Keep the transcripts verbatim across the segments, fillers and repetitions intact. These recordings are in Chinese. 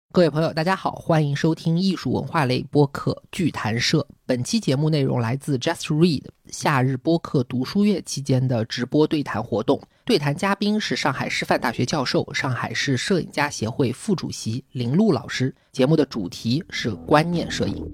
各位朋友大家好，欢迎收听艺术文化类播客剧谈社。本期节目内容来自 Just Read 夏日播客读书月期间的直播对谈活动，对谈嘉宾是上海师范大学教授、上海市摄影家协会副主席林璐老师。节目的主题是观念摄影。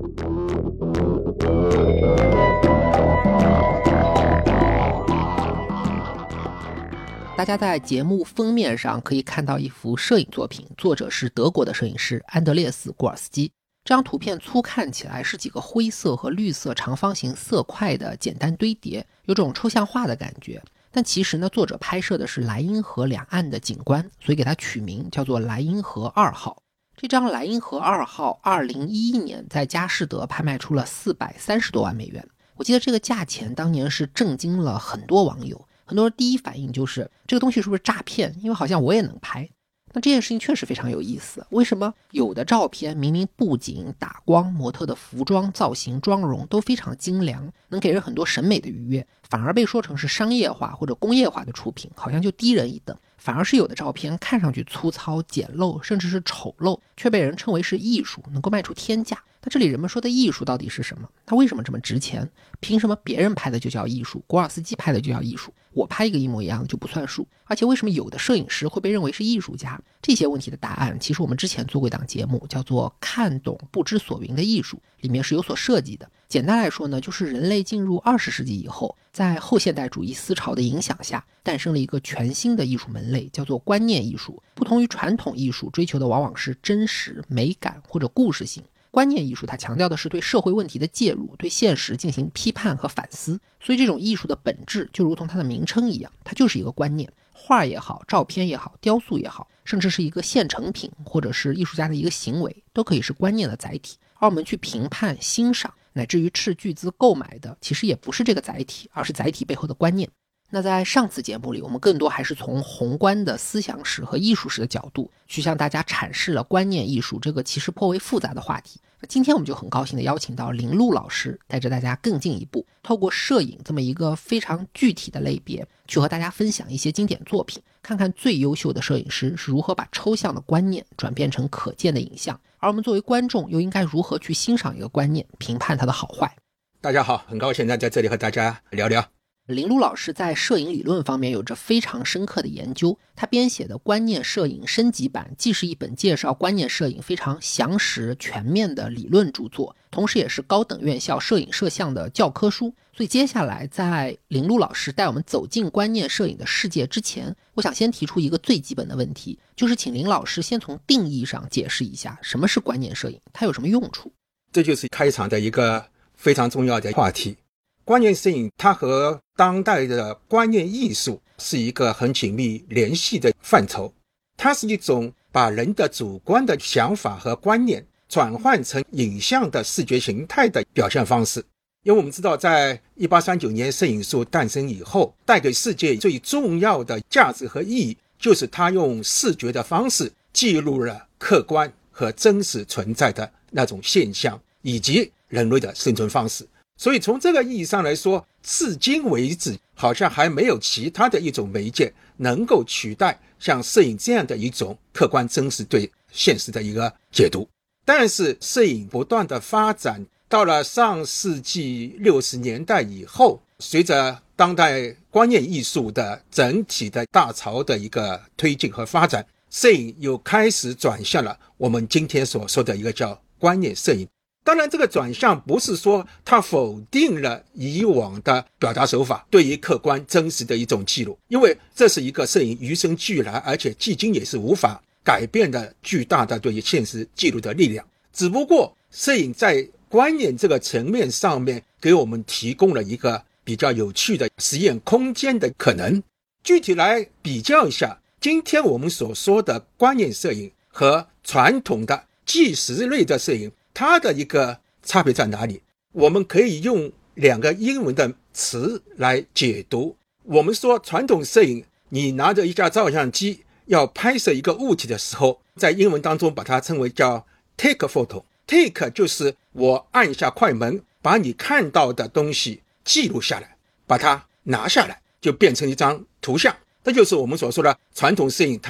大家在节目封面上可以看到一幅摄影作品，作者是德国的摄影师安德烈斯·古尔斯基。这张图片粗看起来是几个灰色和绿色长方形色块的简单堆叠，有种抽象化的感觉。但其实呢，作者拍摄的是莱茵河两岸的景观，所以给它取名叫做莱茵河二号。这张莱茵河二号二零一一年在佳士得拍卖出了四百三十多万美元。我记得这个价钱当年是震惊了很多网友，很多人第一反应就是这个东西是不是诈骗，因为好像我也能拍。那这件事情确实非常有意思，为什么有的照片明明布景、打光、模特的服装、造型、妆容都非常精良，能给人很多审美的愉悦，反而被说成是商业化或者工业化的出品，好像就低人一等。反而是有的照片看上去粗糙、简陋，甚至是丑陋，却被人称为是艺术，能够卖出天价。那这里人们说的艺术到底是什么？它为什么这么值钱？凭什么别人拍的就叫艺术，古尔斯基拍的就叫艺术，我拍一个一模一样的就不算数？而且为什么有的摄影师会被认为是艺术家？这些问题的答案，其实我们之前做过一档节目，叫做看懂不知所云的艺术，里面是有所涉及的。简单来说呢，就是人类进入二十世纪以后，在后现代主义思潮的影响下，诞生了一个全新的艺术门类，叫做观念艺术。不同于传统艺术追求的往往是真实、美感或者故事性，观念艺术它强调的是对社会问题的介入，对现实进行批判和反思。所以这种艺术的本质就如同它的名称一样，它就是一个观念。画也好，照片也好，雕塑也好，甚至是一个现成品或者是艺术家的一个行为，都可以是观念的载体。而我们去评判、欣赏乃至于斥巨资购买的，其实也不是这个载体，而是载体背后的观念。那在上次节目里，我们更多还是从宏观的思想史和艺术史的角度去向大家阐释了观念艺术这个其实颇为复杂的话题。今天我们就很高兴地邀请到林璐老师，带着大家更进一步，透过摄影这么一个非常具体的类别，去和大家分享一些经典作品，看看最优秀的摄影师是如何把抽象的观念转变成可见的影像，而我们作为观众又应该如何去欣赏一个观念，评判它的好坏。 大家好，很高兴在这里和大家聊聊。 林璐老师在摄影理论方面有着非常深刻的研究，他编写的观念摄影升级版既是一本介绍观念摄影非常详实全面的理论著作，同时也是高等院校摄影摄像的教科书。所以接下来在林璐老师带我们走进观念摄影的世界之前，我想先提出一个最基本的问题，就是请林老师先从定义上解释一下什么是观念摄影，它有什么用处。 这就是开场的一个非常重要的话题。观念摄影它和当代的观念艺术是一个很紧密联系的范畴，它是一种把人的主观的想法和观念转换成影像的视觉形态的表现方式。因为我们知道在一八三九年摄影术诞生以后，带给世界最重要的价值和意义就是它用视觉的方式记录了客观和真实存在的那种现象以及人类的生存方式。所以从这个意义上来说，至今为止好像还没有其他的一种媒介能够取代像摄影这样的一种客观真实对现实的一个解读。但是摄影不断的发展，到了上世纪六十年代以后，随着当代观念艺术的整体的大潮的一个推进和发展，摄影又开始转向了我们今天所说的一个叫观念摄影。当然这个转向不是说它否定了以往的表达手法对于客观真实的一种记录，因为这是一个摄影与生俱来而且至今也是无法改变的巨大的对于现实记录的力量。只不过摄影在观念这个层面上面给我们提供了一个比较有趣的实验空间的可能。具体来比较一下，今天我们所说的观念摄影和传统的纪实类的摄影，它的一个差别在哪里？我们可以用两个英文的词来解读。我们说传统摄影，你拿着一架照相机要拍摄一个物体的时候，在英文当中把它称为叫 take a photo。 take 就是我按一下快门，把你看到的东西记录下来，把它拿下来，就变成一张图像。这就是我们所说的传统摄影它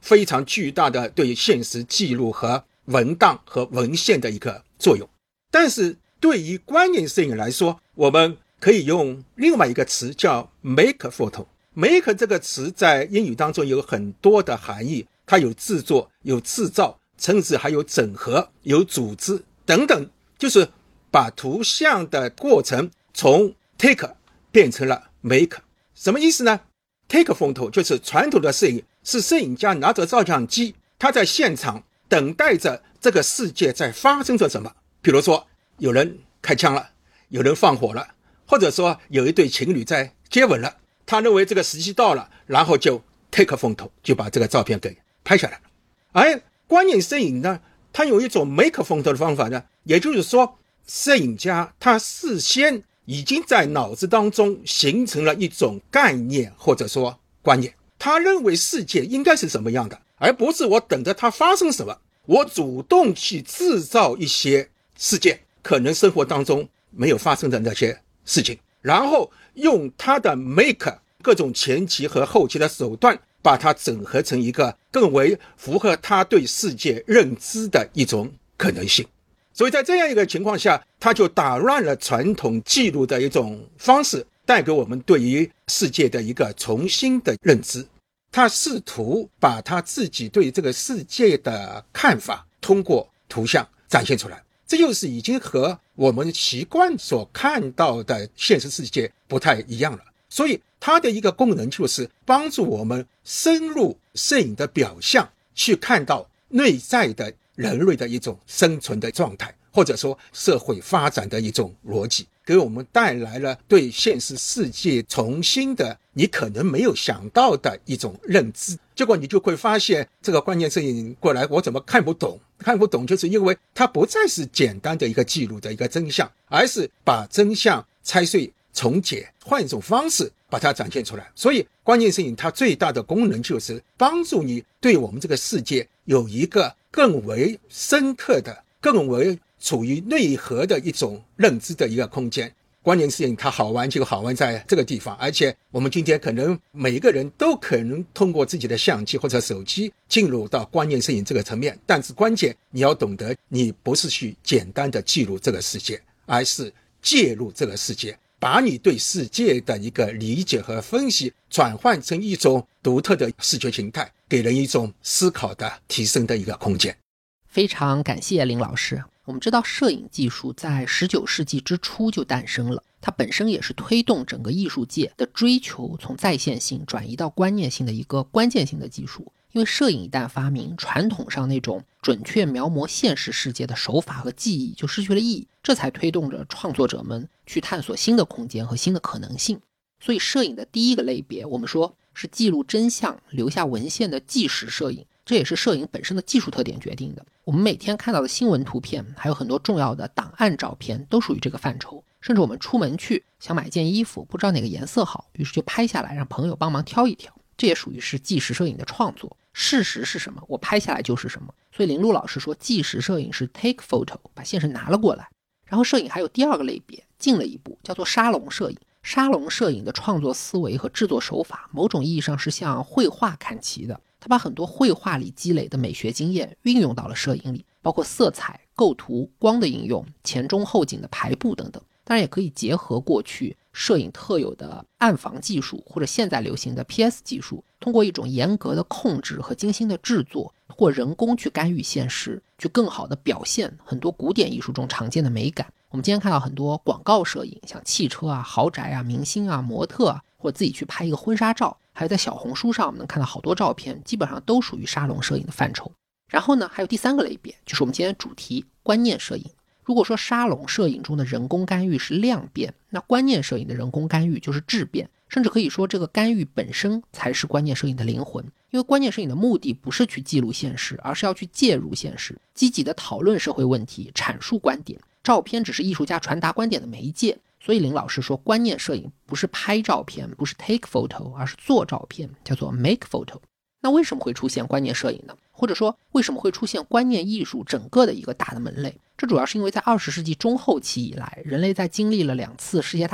非常巨大的对现实记录和文档和文献的一个作用。但是对于观念摄影来说，我们可以用另外一个词叫 make photo。make 这个词在英语当中有很多的含义，它有制作，有制造，甚至还有整合，有组织等等，就是把图像的过程从 take 变成了 make。 什么意思呢？ take photo 就是传统的摄影，是摄影家拿着照相机，他在现场等待着这个世界在发生着什么。比如说有人开枪了，有人放火了，或者说有一对情侣在接吻了，他认为这个时机到了，然后就 take photo， 就把这个照片给拍下来了。而观念摄影呢，它有一种 make photo 的方法呢，也就是说摄影家他事先已经在脑子当中形成了一种概念或者说观念，他认为世界应该是什么样的，而不是我等着它发生什么，我主动去制造一些事件，可能生活当中没有发生的那些事情，然后用他的 make 各种前期和后期的手段，把它整合成一个更为符合他对世界认知的一种可能性。所以在这样一个情况下，他就打乱了传统记录的一种方式，带给我们对于世界的一个重新的认知。他试图把他自己对这个世界的看法通过图像展现出来，这就是已经和我们习惯所看到的现实世界不太一样了。所以它的一个功能就是帮助我们深入摄影的表象，去看到内在的人类的一种生存的状态，或者说社会发展的一种逻辑，给我们带来了对现实世界重新的你可能没有想到的一种认知。结果你就会发现这个观念摄影过来我怎么看不懂，看不懂就是因为它不再是简单的一个记录的一个真相，而是把真相拆碎重解，换一种方式把它展现出来。所以观念摄影它最大的功能就是帮助你对我们这个世界有一个更为深刻的、更为处于内核的一种认知的一个空间。观念摄影它好玩就好玩在这个地方，而且我们今天可能每一个人都可能通过自己的相机或者手机进入到观念摄影这个层面，但是关键你要懂得，你不是去简单的记录这个世界，而是介入这个世界，把你对世界的一个理解和分析转换成一种独特的视觉形态，给人一种思考的提升的一个空间。 非常感谢林老师。我们知道摄影技术在十九世纪之初就诞生了，它本身也是推动整个艺术界的追求从在线性转移到观念性的一个关键性的技术。因为摄影一旦发明，传统上那种准确描摹现实世界的手法和技艺就失去了意义，这才推动着创作者们去探索新的空间和新的可能性。所以摄影的第一个类别，我们说是记录真相留下文献的纪实摄影，这也是摄影本身的技术特点决定的。我们每天看到的新闻图片，还有很多重要的档案照片都属于这个范畴。甚至我们出门去想买件衣服，不知道哪个颜色好，于是就拍下来让朋友帮忙挑一挑，这也属于是纪实摄影的创作。事实是什么，我拍下来就是什么。所以林路老师说纪实摄影是 take photo， 把现实拿了过来。然后摄影还有第二个类别，进了一步，叫做沙龙摄影。沙龙摄影的创作思维和制作手法某种意义上是向绘画看齐的，他把很多绘画里积累的美学经验运用到了摄影里，包括色彩、构图、光的应用、前中后景的排布等等。当然也可以结合过去摄影特有的暗房技术，或者现在流行的 P S 技术，通过一种严格的控制和精心的制作，或人工去干预现实，去更好的表现很多古典艺术中常见的美感。我们今天看到很多广告摄影，像汽车啊、豪宅啊、明星啊、模特啊，或者自己去拍一个婚纱照，还有在小红书上我们能看到好多照片，基本上都属于沙龙摄影的范畴。然后呢，还有第三个类别，就是我们今天的主题观念摄影。如果说沙龙摄影中的人工干预是量变，那观念摄影的人工干预就是质变，甚至可以说这个干预本身才是观念摄影的灵魂。因为观念摄影的目的不是去记录现实，而是要去介入现实，积极的讨论社会问题，阐述观点。照片只是艺术家传达观点的媒介，所以林老师说观念摄影不是拍照片，不是 take photo， 而是做照片，叫做 make photo。那为什么会出现观念摄影呢？或者说为什么会出现观念艺术整个的一个大的门类？这主要是因为在二十世纪中后期以来，人类在经历了两次世界大战，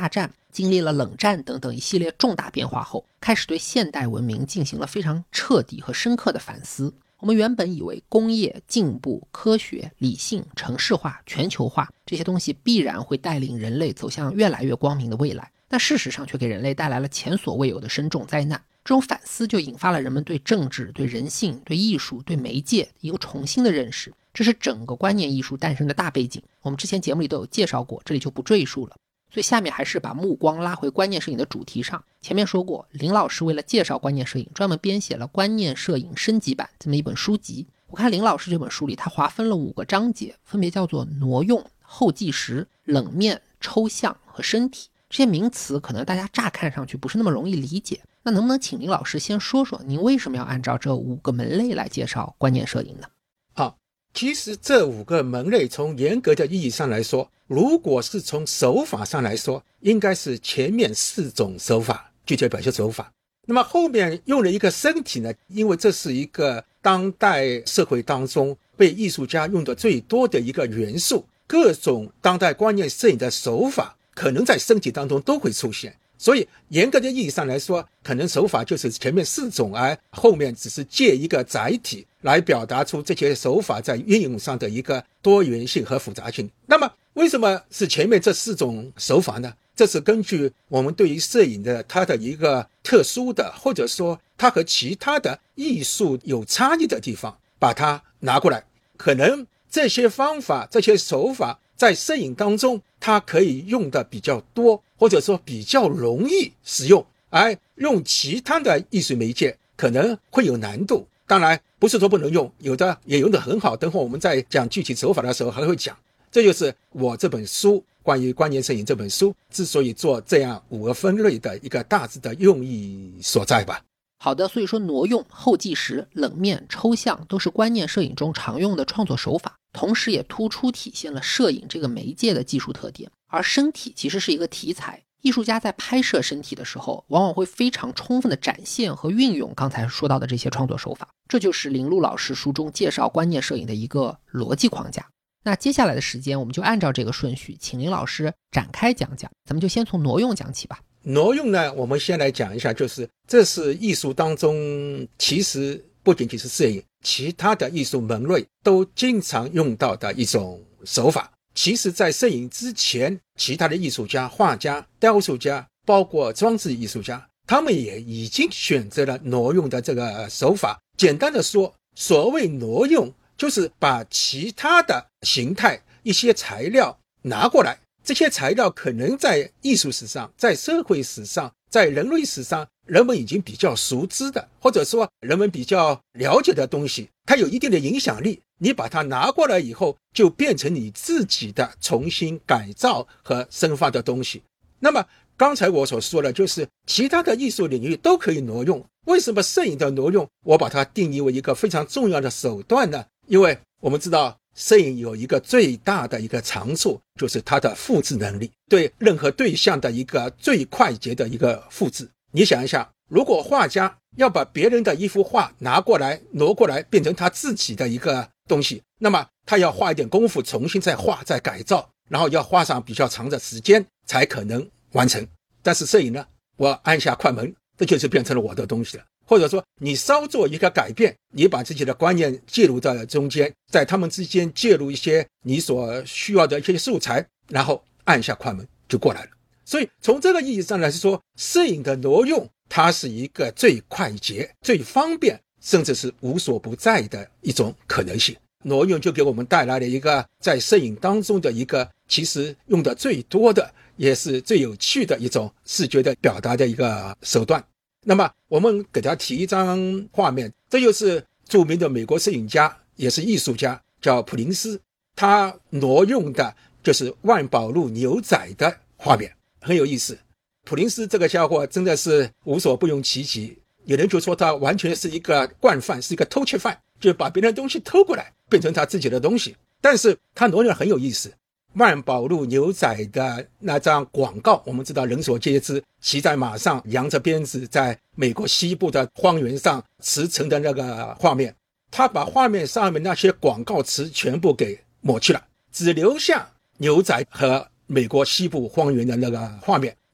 经历了冷战等等一系列重大变化后，开始对现代文明进行了非常彻底和深刻的反思。我们原本以为工业、进步、科学、理性、城市化、全球化这些东西必然会带领人类走向越来越光明的未来，但事实上却给人类带来了前所未有的深重灾难。这种反思就引发了人们对政治、对人性、对艺术、对媒介一个重新的认识，这是整个观念艺术诞生的大背景，我们之前节目里都有介绍过，这里就不赘述了。所以下面还是把目光拉回观念摄影的主题上。前面说过，林老师为了介绍观念摄影，专门编写了《观念摄影升级版》这么一本书籍。我看林老师这本书里，他划分了五个章节，分别叫做挪用、后计时、冷面、抽象和身体。这些名词可能大家乍看上去不是那么容易理解，那能不能请林老师先说说，您为什么要按照这五个门类来介绍观念摄影呢？ 好，其实这五个门类从严格的意义上来说，如果是从手法上来说，应该是前面四种手法，具体表现手法。那么后面用了一个身体呢，因为这是一个当代社会当中被艺术家用的最多的一个元素，各种当代观念摄影的手法可能在身体当中都会出现，所以严格的意义上来说，可能手法就是前面四种，而后面只是借一个载体来表达出这些手法在运用上的一个多元性和复杂性。那么为什么是前面这四种手法呢？这是根据我们对于摄影的它的一个特殊的，或者说它和其他的艺术有差异的地方，把它拿过来。可能这些方法这些手法在摄影当中它可以用的比较多，或者说比较容易使用，而用其他的艺术媒介可能会有难度。当然不是说不能用，有的也用得很好，等会我们在讲具体手法的时候还会讲。这就是我这本书关于观念摄影这本书之所以做这样五个分类的一个大致的用意所在吧。 好的，所以说挪用、后计时、冷面、抽象都是观念摄影中常用的创作手法，同时也突出体现了摄影这个媒介的技术特点。而身体其实是一个题材，艺术家在拍摄身体的时候，往往会非常充分的展现和运用刚才说到的这些创作手法，这就是林路老师书中介绍观念摄影的一个逻辑框架。那接下来的时间我们就按照这个顺序，请林老师展开讲讲，咱们就先从挪用讲起吧。 挪用呢，我们先来讲一下，就是这是艺术当中其实不仅仅是摄影，其他的艺术门类都经常用到的一种手法。其实在摄影之前，其他的艺术家、画家、雕塑家，包括装置艺术家，他们也已经选择了挪用的这个手法。简单的说，所谓挪用就是把其他的形态一些材料拿过来，这些材料可能在艺术史上，在社会史上，在人类史上人们已经比较熟知的，或者说人们比较了解的东西，它有一定的影响力，你把它拿过来以后，就变成你自己的重新改造和深化的东西。那么刚才我所说的就是其他的艺术领域都可以挪用，为什么摄影的挪用我把它定义为一个非常重要的手段呢？因为我们知道摄影有一个最大的一个长处，就是它的复制能力，对任何对象的一个最快捷的一个复制。你想一下，如果画家要把别人的一幅画拿过来挪过来变成他自己的一个东西，那么他要花一点功夫重新再画再改造，然后要花上比较长的时间才可能完成。但是摄影呢，我按下快门，这就是变成了我的东西了。或者说你稍做一个改变，你把自己的观念介入到中间，在他们之间介入一些你所需要的一些素材，然后按下快门就过来了。所以从这个意义上来说，摄影的挪用它是一个最快捷、最方便，甚至是无所不在的一种可能性。挪用就给我们带来了一个在摄影当中的一个其实用的最多的也是最有趣的一种视觉的表达的一个手段。那么我们给他提一张画面，这就是著名的美国摄影家也是艺术家叫普林斯，他挪用的就是万宝路牛仔的画面，很有意思。普林斯这个家伙真的是无所不用其极，有人就说他完全是一个惯犯，是一个偷窃犯，就把别人的东西偷过来变成他自己的东西。但是他挪用很有意思，万宝路牛仔的那张广告我们知道人所皆知，骑在马上扬着鞭子在美国西部的荒原上驰骋的那个画面，他把画面上面那些广告词全部给抹去了，只留下牛仔和美国西部荒原的那个画面，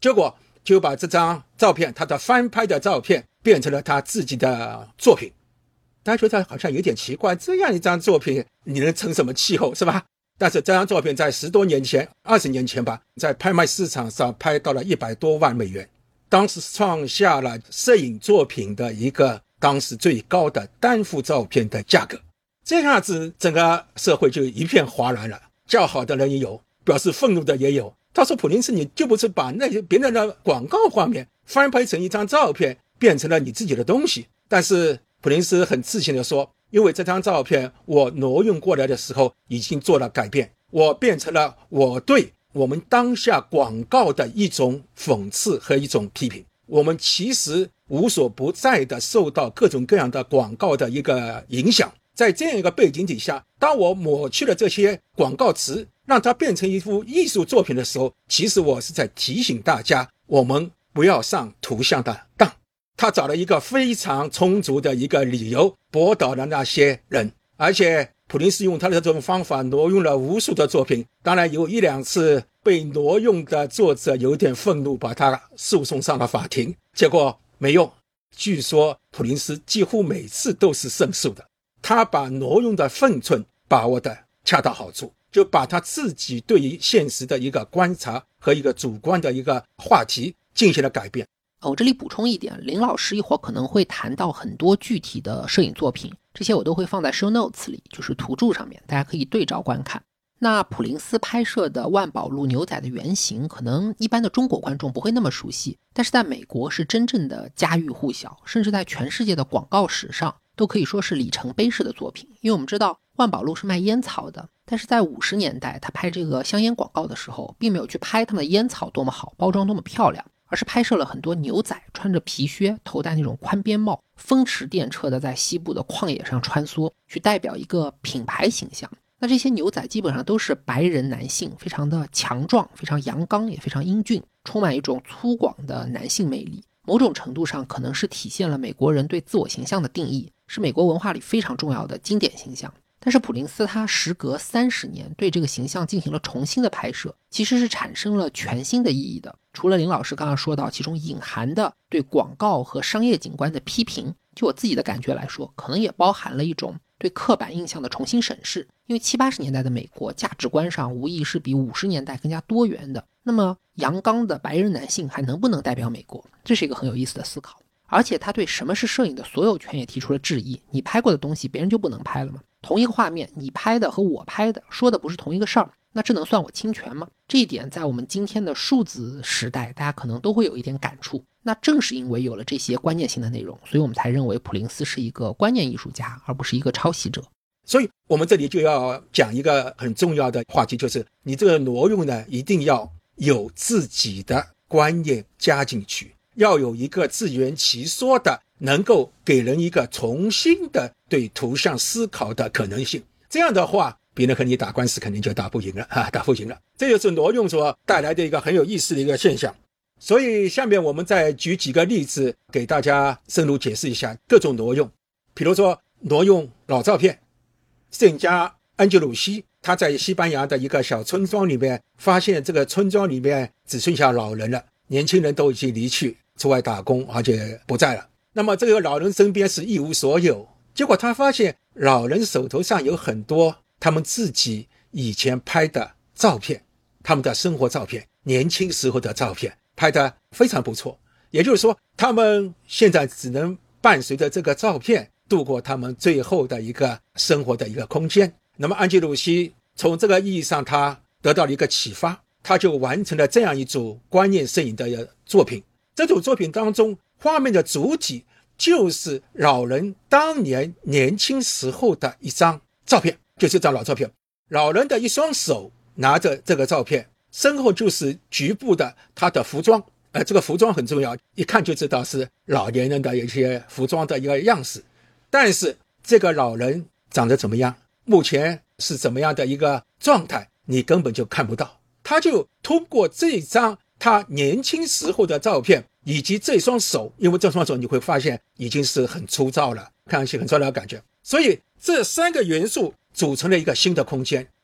结果就把这张照片，他的翻拍的照片变成了他自己的作品。大家觉得好像有点奇怪，这样一张作品你能成什么气候，是吧？但是这张作品在十多年前二十年前吧，在拍卖市场上拍到了一百多万美元，当时创下了摄影作品的一个当时最高的单幅照片的价格。这样子整个社会就一片哗然了，叫好的人也有，表示愤怒的也有。他说普林斯你就不是把那些别人的广告画面翻拍成一张照片变成了你自己的东西。但是普林斯很自信地说，因为这张照片我挪用过来的时候已经做了改变，我变成了我对我们当下广告的一种讽刺和一种批评。我们其实无所不在的受到各种各样的广告的一个影响，在这样一个背景底下，当我抹去了这些广告词，让它变成一幅艺术作品的时候，其实我是在提醒大家，我们不要上图像的当。他找了一个非常充足的一个理由驳倒了那些人，而且普林斯用他的这种方法挪用了无数的作品，当然有一两次被挪用的作者有点愤怒，把他诉讼上了法庭，结果没用。据说普林斯几乎每次都是胜诉的，他把挪用的分寸把握的恰到好处，就把他自己对于现实的一个观察和一个主观的一个话题进行了改变。 我这里补充一点，林老师一会儿可能会谈到很多具体的摄影作品，这些我都会放在 show notes 里，就是图注上面，大家可以对照观看。那普林斯拍摄的万宝路牛仔的原型，可能一般的中国观众不会那么熟悉，但是在美国是真正的家喻户晓，甚至在全世界的广告史上都可以说是里程碑式的作品。因为我们知道万宝路是卖烟草的，但是在五十年代他拍这个香烟广告的时候，并没有去拍他们的烟草多么好，包装多么漂亮，而是拍摄了很多牛仔穿着皮靴，头戴那种宽边帽，风驰电掣的在西部的旷野上穿梭，去代表一个品牌形象。那这些牛仔基本上都是白人男性，非常的强壮，非常阳刚，也非常英俊，充满一种粗犷的男性魅力。某种程度上可能是体现了美国人对自我形象的定义，是美国文化里非常重要的经典形象。但是普林斯他时隔三十年对这个形象进行了重新的拍摄，其实是产生了全新的意义的。除了林老师刚刚说到其中隐含的对广告和商业景观的批评，就我自己的感觉来说，可能也包含了一种对刻板印象的重新审视。因为七八十年代的美国价值观上无疑是比五十年代更加多元的，那么阳刚的白人男性还能不能代表美国？这是一个很有意思的思考。而且他对什么是摄影的所有权也提出了质疑，你拍过的东西别人就不能拍了吗？同一个画面你拍的和我拍的说的不是同一个事儿，那这能算我侵权吗？这一点在我们今天的数字时代大家可能都会有一点感触。那正是因为有了这些关键性的内容，所以我们才认为普林斯是一个观念艺术家，而不是一个抄袭者。 所以我们这里就要讲一个很重要的话题，就是你这个挪用呢一定要有自己的观念加进去，要有一个自圆其说的，能够给人一个重新的对图像思考的可能性。这样的话别人和你打官司肯定就打不赢了啊，打不赢了。这就是挪用所带来的一个很有意思的一个现象。所以下面我们再举几个例子给大家深入解释一下各种挪用。比如说挪用老照片，摄影家安吉鲁西他在西班牙的一个小村庄里面发现这个村庄里面只剩下老人了，年轻人都已经离去出外打工，而且不在了。那么这个老人身边是一无所有，结果他发现老人手头上有很多他们自己以前拍的照片，他们的生活照片，年轻时候的照片，拍得非常不错。也就是说他们现在只能伴随着这个照片度过他们最后的一个生活的一个空间。那么安吉鲁西从这个意义上他得到了一个启发，他就完成了这样一组观念摄影的作品。这组作品当中画面的主体就是老人当年年轻时候的一张照片，就是一张老照片。老人的一双手拿着这个照片，身后就是局部的他的服装，呃，这个服装很重要，一看就知道是老年人的一些服装的一个样式。但是这个老人长得怎么样，目前是怎么样的一个状态，你根本就看不到。他就通过这张他年轻时候的照片，以及这双手，因为这双手你会发现已经是很粗糙了，看上去很粗糙的感觉。所以这三个元素组成了一个新的空间，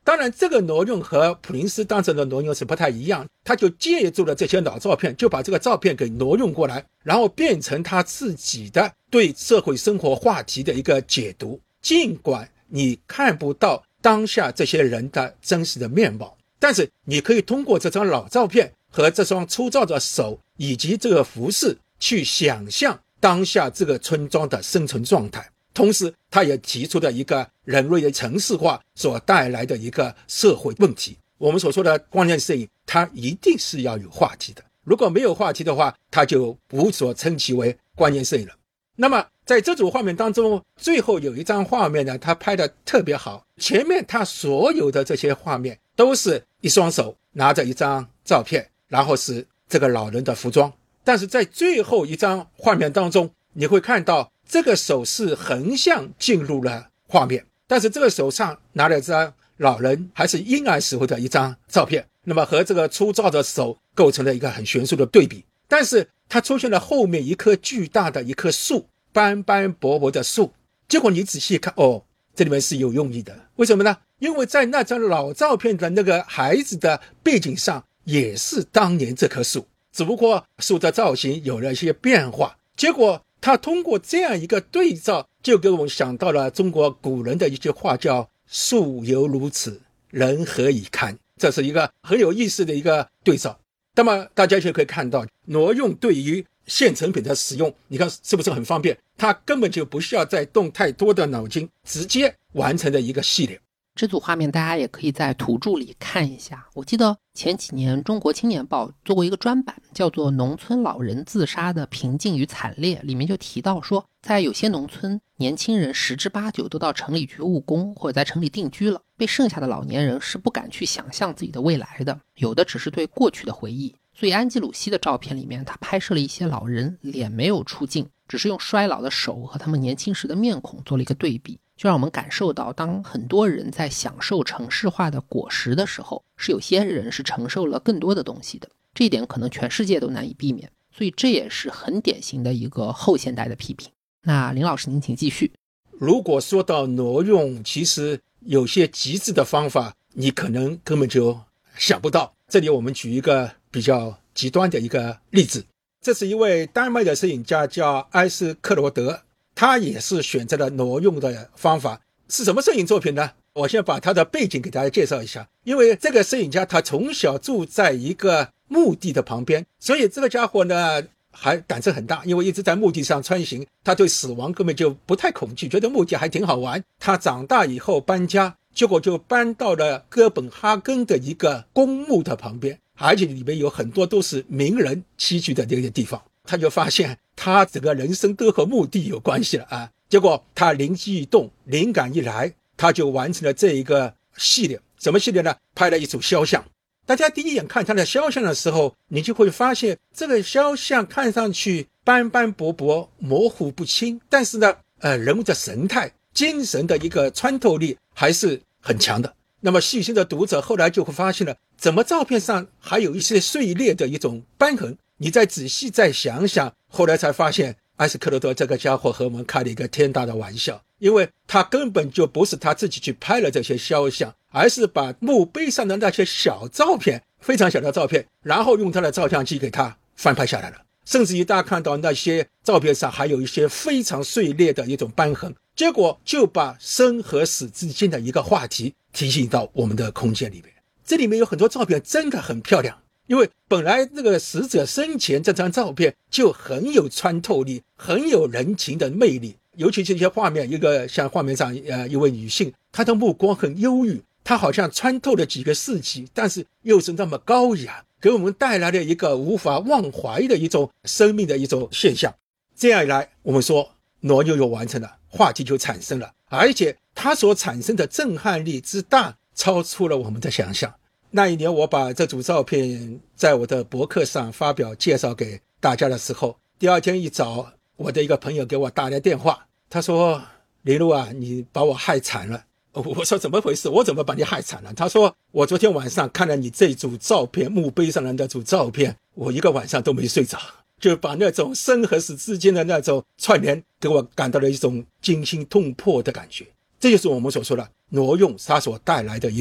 当然这个挪用和普林斯当时的挪用是不太一样，他就借助了这些老照片，就把这个照片给挪用过来，然后变成他自己的对社会生活话题的一个解读。尽管你看不到当下这些人的真实的面貌，但是你可以通过这张老照片和这双粗糙的手以及这个服饰去想象当下这个村庄的生存状态。同时他也提出了一个人类的城市化所带来的一个社会问题。我们所说的光线摄影，它一定是要有话题的，如果没有话题的话，它就无所称其为光线摄影了。那么在这组画面当中，最后有一张画面呢，他拍得特别好。前面他所有的这些画面都是一双手拿着一张照片，然后是这个老人的服装，但是在最后一张画面当中，你会看到这个手是横向进入了画面，但是这个手上拿了一张老人还是婴儿时候的一张照片，那么和这个粗糙的手构成了一个很悬殊的对比。但是它出现了后面一棵巨大的一棵树，斑斑驳驳的树，结果你仔细看，哦，这里面是有用意的。为什么呢？因为在那张老照片的那个孩子的背景上也是当年这棵树，只不过树的造型有了一些变化。结果他通过这样一个对照，就给我们想到了中国古人的一句话，叫树犹如此，人何以堪。这是一个很有意思的一个对照。那么大家就可以看到，挪用对于现成品的使用，你看是不是很方便？它根本就不需要再动太多的脑筋，直接完成的一个系列。 这组画面大家也可以在图注里看一下。我记得前几年中国青年报做过一个专版，叫做农村老人自杀的平静与惨烈，里面就提到说，在有些农村，年轻人十之八九都到城里去务工或者在城里定居了，被剩下的老年人是不敢去想象自己的未来的，有的只是对过去的回忆。所以安吉鲁西的照片里面，他拍摄了一些老人脸没有出镜，只是用衰老的手和他们年轻时的面孔做了一个对比，就让我们感受到，当很多人在享受城市化的果实的时候，是有些人是承受了更多的东西的。这一点可能全世界都难以避免，所以这也是很典型的一个后现代的批评。那林老师您请继续。 如果说到挪用，其实有些极致的方法你可能根本就想不到。这里我们举一个比较极端的一个例子，这是一位丹麦的摄影家叫埃斯克罗德，他也是选择了挪用的方法。是什么摄影作品呢？我先把他的背景给大家介绍一下。因为这个摄影家他从小住在一个墓地的旁边，所以这个家伙呢还胆子很大，因为一直在墓地上穿行，他对死亡根本就不太恐惧，觉得墓地还挺好玩。他长大以后搬家，结果就搬到了哥本哈根的一个公墓的旁边，而且里面有很多都是名人栖居的这个地方。他就发现他整个人生都和墓地有关系了啊！结果他灵机一动，灵感一来，他就完成了这一个系列。什么系列呢？拍了一组肖像。大家第一眼看他的肖像的时候，你就会发现这个肖像看上去斑斑驳驳，模糊不清，但是呢呃，人物的神态精神的一个穿透力还是很强的。那么细心的读者后来就会发现了，怎么照片上还有一些碎裂的一种斑痕。你再仔细再想想，后来才发现埃斯克罗德这个家伙和我们开了一个天大的玩笑，因为他根本就不是他自己去拍了这些肖像，而是把墓碑上的那些小照片，非常小的照片，然后用他的照相机给他翻拍下来了。甚至于大家看到那些照片上还有一些非常碎裂的一种斑痕，结果就把生和死之间的一个话题提醒到我们的空间里面。这里面有很多照片真的很漂亮，因为本来那个死者生前这张照片就很有穿透力，很有人情的魅力。尤其是一些画面，一个像画面上呃一位女性，她的目光很忧郁，她好像穿透了几个世纪，但是又是那么高雅，给我们带来了一个无法忘怀的一种生命的一种现象。这样一来，我们说挪用又完成了，话题就产生了，而且它所产生的震撼力之大，超出了我们的想象。那一年我把这组照片在我的博客上发表介绍给大家的时候，第二天一早，我的一个朋友给我打来电话，他说：林路啊，你把我害惨了。我说怎么回事？我怎么把你害惨了？他说我昨天晚上看了你这组照片，墓碑上的那组照片，我一个晚上都没睡着，就把那种生和死之间的那种串联给我感到了一种惊心动魄的感觉。这就是我们所说的挪用它所带来的一种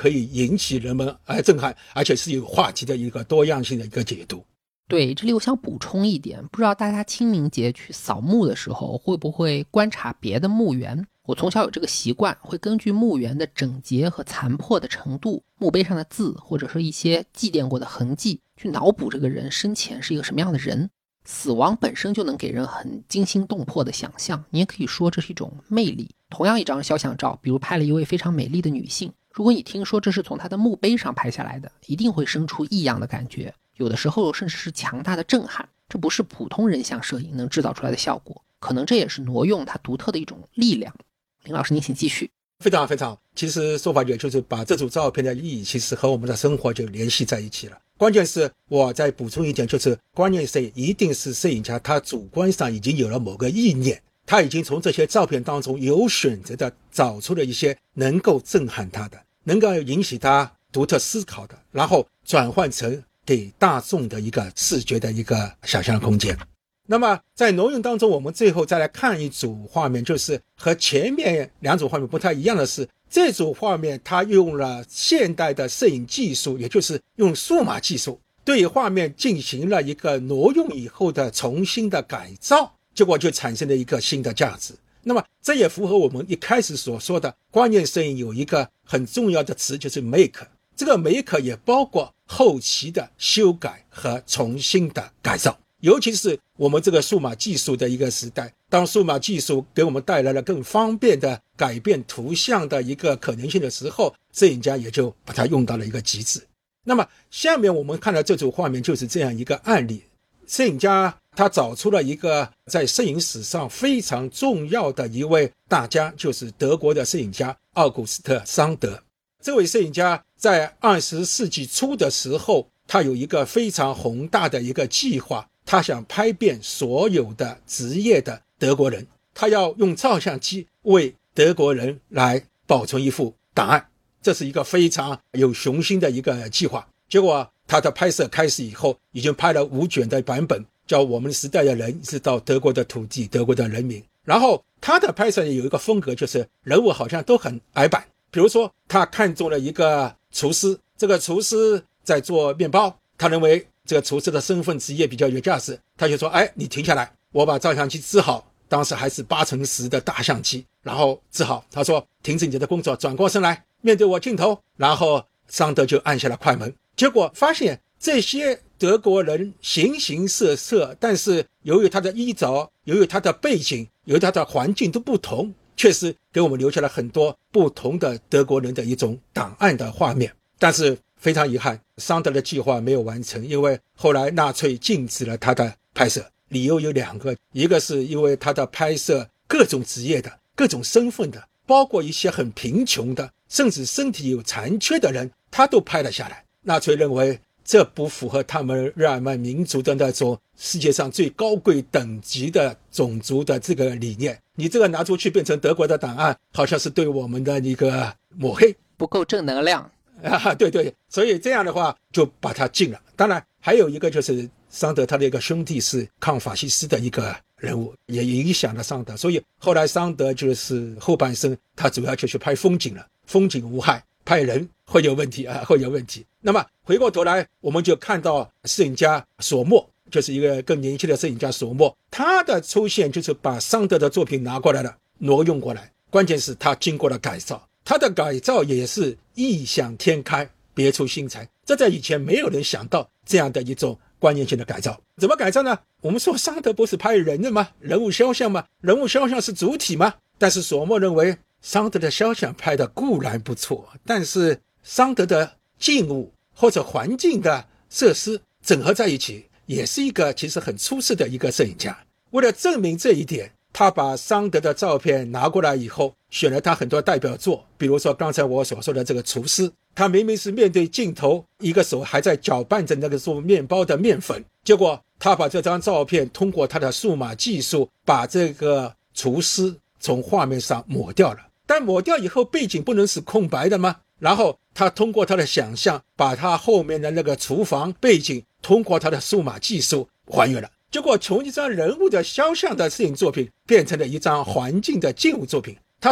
可以引起人们而震撼，而且是有话题的一个多样性的一个解读。 对，这里我想补充一点，不知道大家清明节去扫墓的时候会不会观察别的墓园。我从小有这个习惯，会根据墓园的整洁和残破的程度，墓碑上的字或者是一些祭奠过的痕迹，去脑补这个人生前是一个什么样的人。死亡本身就能给人很惊心动魄的想象，你也可以说这是一种魅力。同样一张肖像照，比如拍了一位非常美丽的女性，如果你听说这是从她的墓碑上拍下来的，一定会生出异样的感觉，有的时候甚至是强大的震撼。这不是普通人像摄影能制造出来的效果，可能这也是挪用它独特的一种力量。林老师您请继续。 非常非常，其实说法也就是把这组照片的意义其实和我们的生活就联系在一起了。关键是我再补充一点，就是关键摄影一定是摄影家他主观上已经有了某个意念，他已经从这些照片当中有选择的找出了一些能够震撼他的，能够引起他独特思考的，然后转换成给大众的一个视觉的一个想象空间。那么在挪用当中，我们最后再来看一组画面，就是和前面两组画面不太一样的是，这组画面它用了现代的摄影技术，也就是用数码技术对画面进行了一个挪用以后的重新的改造，结果就产生了一个新的价值。那么这也符合我们一开始所说的关键摄影有一个很重要的词，就是 make。 这个 make 也包括后期的修改和重新的改造，尤其是我们这个数码技术的一个时代，当数码技术给我们带来了更方便的改变图像的一个可能性的时候，摄影家也就把它用到了一个极致。那么下面我们看到这组画面就是这样一个案例，摄影家他找出了一个在摄影史上非常重要的一位大家，就是德国的摄影家奥古斯特·桑德。这位摄影家在二十世纪初的时候，他有一个非常宏大的一个计划，他想拍遍所有的职业的德国人，他要用照相机为德国人来保存一幅档案，这是一个非常有雄心的一个计划。结果他的拍摄开始以后，已经拍了五卷的版本，叫我们时代的人一直到德国的土地，德国的人民。然后他的拍摄有一个风格，就是人物好像都很矮板。比如说他看中了一个厨师，这个厨师在做面包，他认为这个厨师的身份职业比较有价值，他就说，哎，你停下来，我把照相机支好，当时还是八乘十的大相机，然后支好，他说停止你的工作，转过身来面对我镜头，然后桑德就按下了快门。结果发现这些德国人形形色色，但是由于他的衣着，由于他的背景，由于他的环境都不同，确实给我们留下了很多不同的德国人的一种档案的画面。但是非常遗憾，桑德的计划没有完成，因为后来纳粹禁止了他的拍摄，理由有两个，一个是因为他的拍摄各种职业的，各种身份的，包括一些很贫穷的，甚至身体有残缺的人，他都拍了下来。纳粹认为这不符合他们日耳曼民族的那种世界上最高贵等级的种族的这个理念，你这个拿出去变成德国的档案，好像是对我们的一个抹黑， 不够正能量啊，对对，所以这样的话就把它禁了。当然还有一个就是桑德他的一个兄弟是抗法西斯的一个人物，也影响了桑德，所以后来桑德就是后半生他主要就去拍风景了，风景无害，拍人会有问题啊，会有问题。那么回过头来，我们就看到摄影家索莫，就是一个更年轻的摄影家索莫，他的出现就是把桑德的作品拿过来了，挪用过来，关键是他经过了改造，他的改造也是异想天开，别出心裁，这在以前没有人想到这样的一种关键性的改造。怎么改造呢？我们说桑德不是拍人的吗？人物肖像吗？人物肖像是主体吗？但是索莫认为桑德的肖像拍的固然不错，但是桑德的静物或者环境的设施整合在一起，也是一个其实很出色的一个摄影家。为了证明这一点，他把桑德的照片拿过来以后，选了他很多代表作，比如说刚才我所说的这个厨师，他明明是面对镜头，一个手还在搅拌着那个做面包的面粉，结果他把这张照片通过他的数码技术把这个厨师从画面上抹掉了，但抹掉以后背景不能是空白的吗？然后他通过他的想象，把他后面的那个厨房背景通过他的数码技术还原了，结果从一张人物的肖像的摄影作品变成了一张环境的静物作品。他说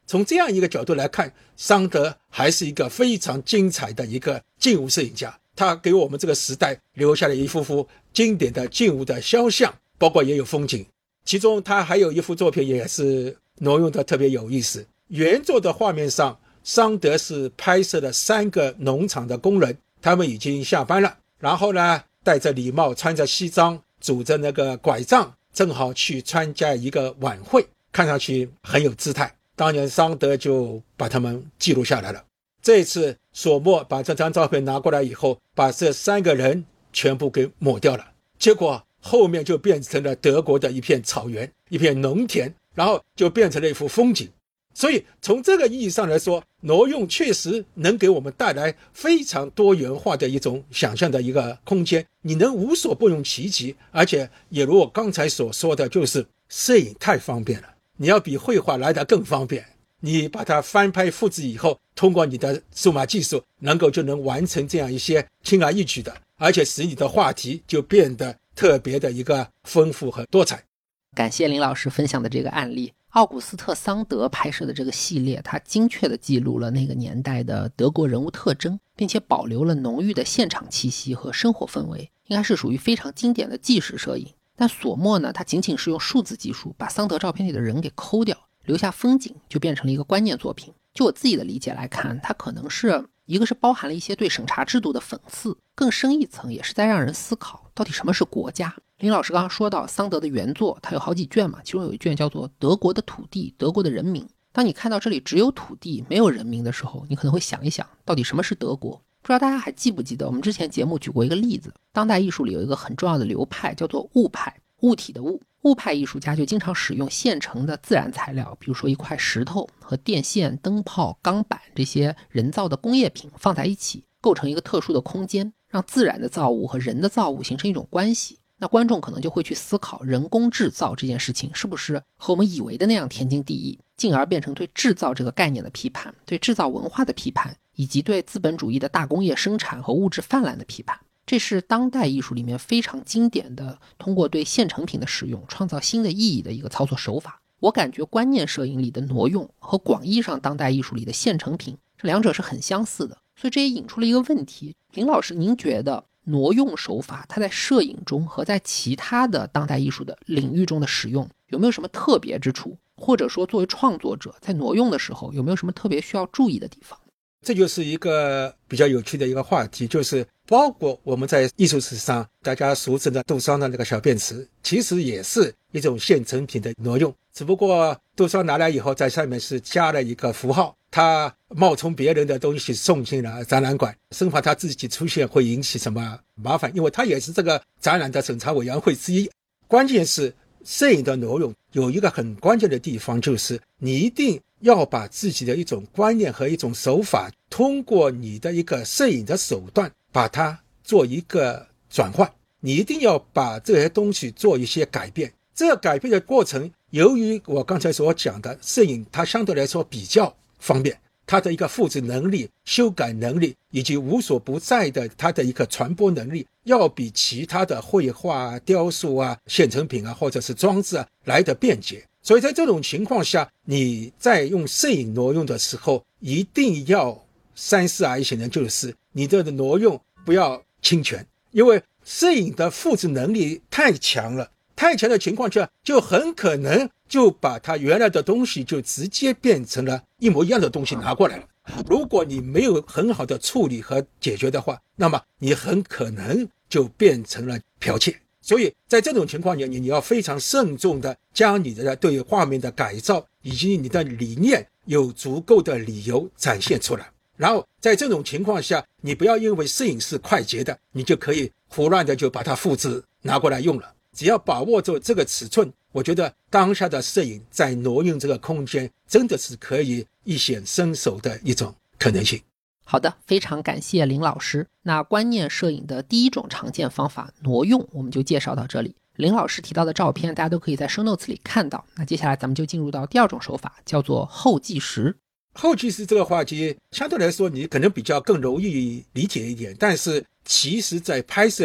从这样一个角度来看，桑德还是一个非常精彩的一个静物摄影家，他给我们这个时代留下了一幅幅经典的静物的肖像，包括也有风景。其中他还有一幅作品也是挪用的特别有意思，原作的画面上，桑德是拍摄了三个农场的工人，他们已经下班了，然后呢戴着礼帽，穿着西装，拄着那个拐杖，正好去参加一个晚会，看上去很有姿态。当年桑德就把他们记录下来了。这一次索莫把这张照片拿过来以后，把这三个人全部给抹掉了，结果后面就变成了德国的一片草原，一片农田，然后就变成了一幅风景。所以从这个意义上来说，挪用确实能给我们带来非常多元化的一种想象的一个空间，你能无所不用其极，而且也如我刚才所说的，就是摄影太方便了，你要比绘画来得更方便，你把它翻拍复制以后，通过你的数码技术能够就能完成这样一些轻而易举的，而且使你的话题就变得特别的一个丰富和多彩。 感谢林老师分享的这个案例。奥古斯特·桑德拍摄的这个系列，它精确地记录了那个年代的德国人物特征，并且保留了浓郁的现场气息和生活氛围，应该是属于非常经典的纪实摄影。但索莫呢，它仅仅是用数字技术把桑德照片里的人给抠掉，留下风景，就变成了一个观念作品。就我自己的理解来看，它可能是一个是包含了一些对审查制度的讽刺，更深一层也是在让人思考到底什么是国家。林老师刚刚说到桑德的原作，它有好几卷嘛，其中有一卷叫做德国的土地，德国的人民。当你看到这里只有土地没有人民的时候，你可能会想一想到底什么是德国。不知道大家还记不记得我们之前节目举过一个例子，当代艺术里有一个很重要的流派叫做物派，物体的物。物派艺术家就经常使用现成的自然材料，比如说一块石头和电线、灯泡、钢板这些人造的工业品放在一起，构成一个特殊的空间，让自然的造物和人的造物形成一种关系。那观众可能就会去思考人工制造这件事情是不是和我们以为的那样天经地义，进而变成对制造这个概念的批判，对制造文化的批判，以及对资本主义的大工业生产和物质泛滥的批判。这是当代艺术里面非常经典的通过对现成品的使用创造新的意义的一个操作手法。我感觉观念摄影里的挪用和广义上当代艺术里的现成品，这两者是很相似的。所以这也引出了一个问题，林老师您觉得挪用手法它在摄影中和在其他的当代艺术的领域中的使用有没有什么特别之处，或者说作为创作者在挪用的时候有没有什么特别需要注意的地方？ 这就是一个比较有趣的一个话题，就是包括我们在艺术史上大家俗称的杜桑的那个小便池，其实也是一种现成品的挪用，只不过杜桑拿来以后在上面是加了一个符号，他冒充别人的东西送进了展览馆，生怕他自己出现会引起什么麻烦，因为他也是这个展览的审查委员会之一。关键是摄影的挪用有一个很关键的地方，就是你一定要把自己的一种观念和一种手法通过你的一个摄影的手段把它做一个转换，你一定要把这些东西做一些改变。这个改变的过程，由于我刚才所讲的摄影它相对来说比较方便，它的一个复制能力、修改能力以及无所不在的它的一个传播能力，要比其他的绘画、雕塑啊、现成品啊或者是装置啊来得便捷。所以在这种情况下，你在用摄影挪用的时候一定要三思而行的，就是你的挪用不要侵权，因为摄影的复制能力太强了，太强的情况下就很可能就把它原来的东西就直接变成了一模一样的东西拿过来了。如果你没有很好的处理和解决的话，那么你很可能就变成了剽窃。所以在这种情况下，你要非常慎重的将你的对画面的改造以及你的理念有足够的理由展现出来。然后在这种情况下，你不要因为摄影是快捷的，你就可以胡乱的就把它复制拿过来用了。只要把握住这个尺寸，我觉得当下的摄影在挪用这个空间真的是可以一显身手的一种可能性。 好的，非常感谢林老师。那观念摄影的第一种常见方法挪用我们就介绍到这里。林老师提到的照片大家都可以在 show notes 里看到。那接下来咱们就进入到第二种手法，叫做后计时。 后计时这个话题相对来说你可能比较更容易理解一点，但是其实在拍摄上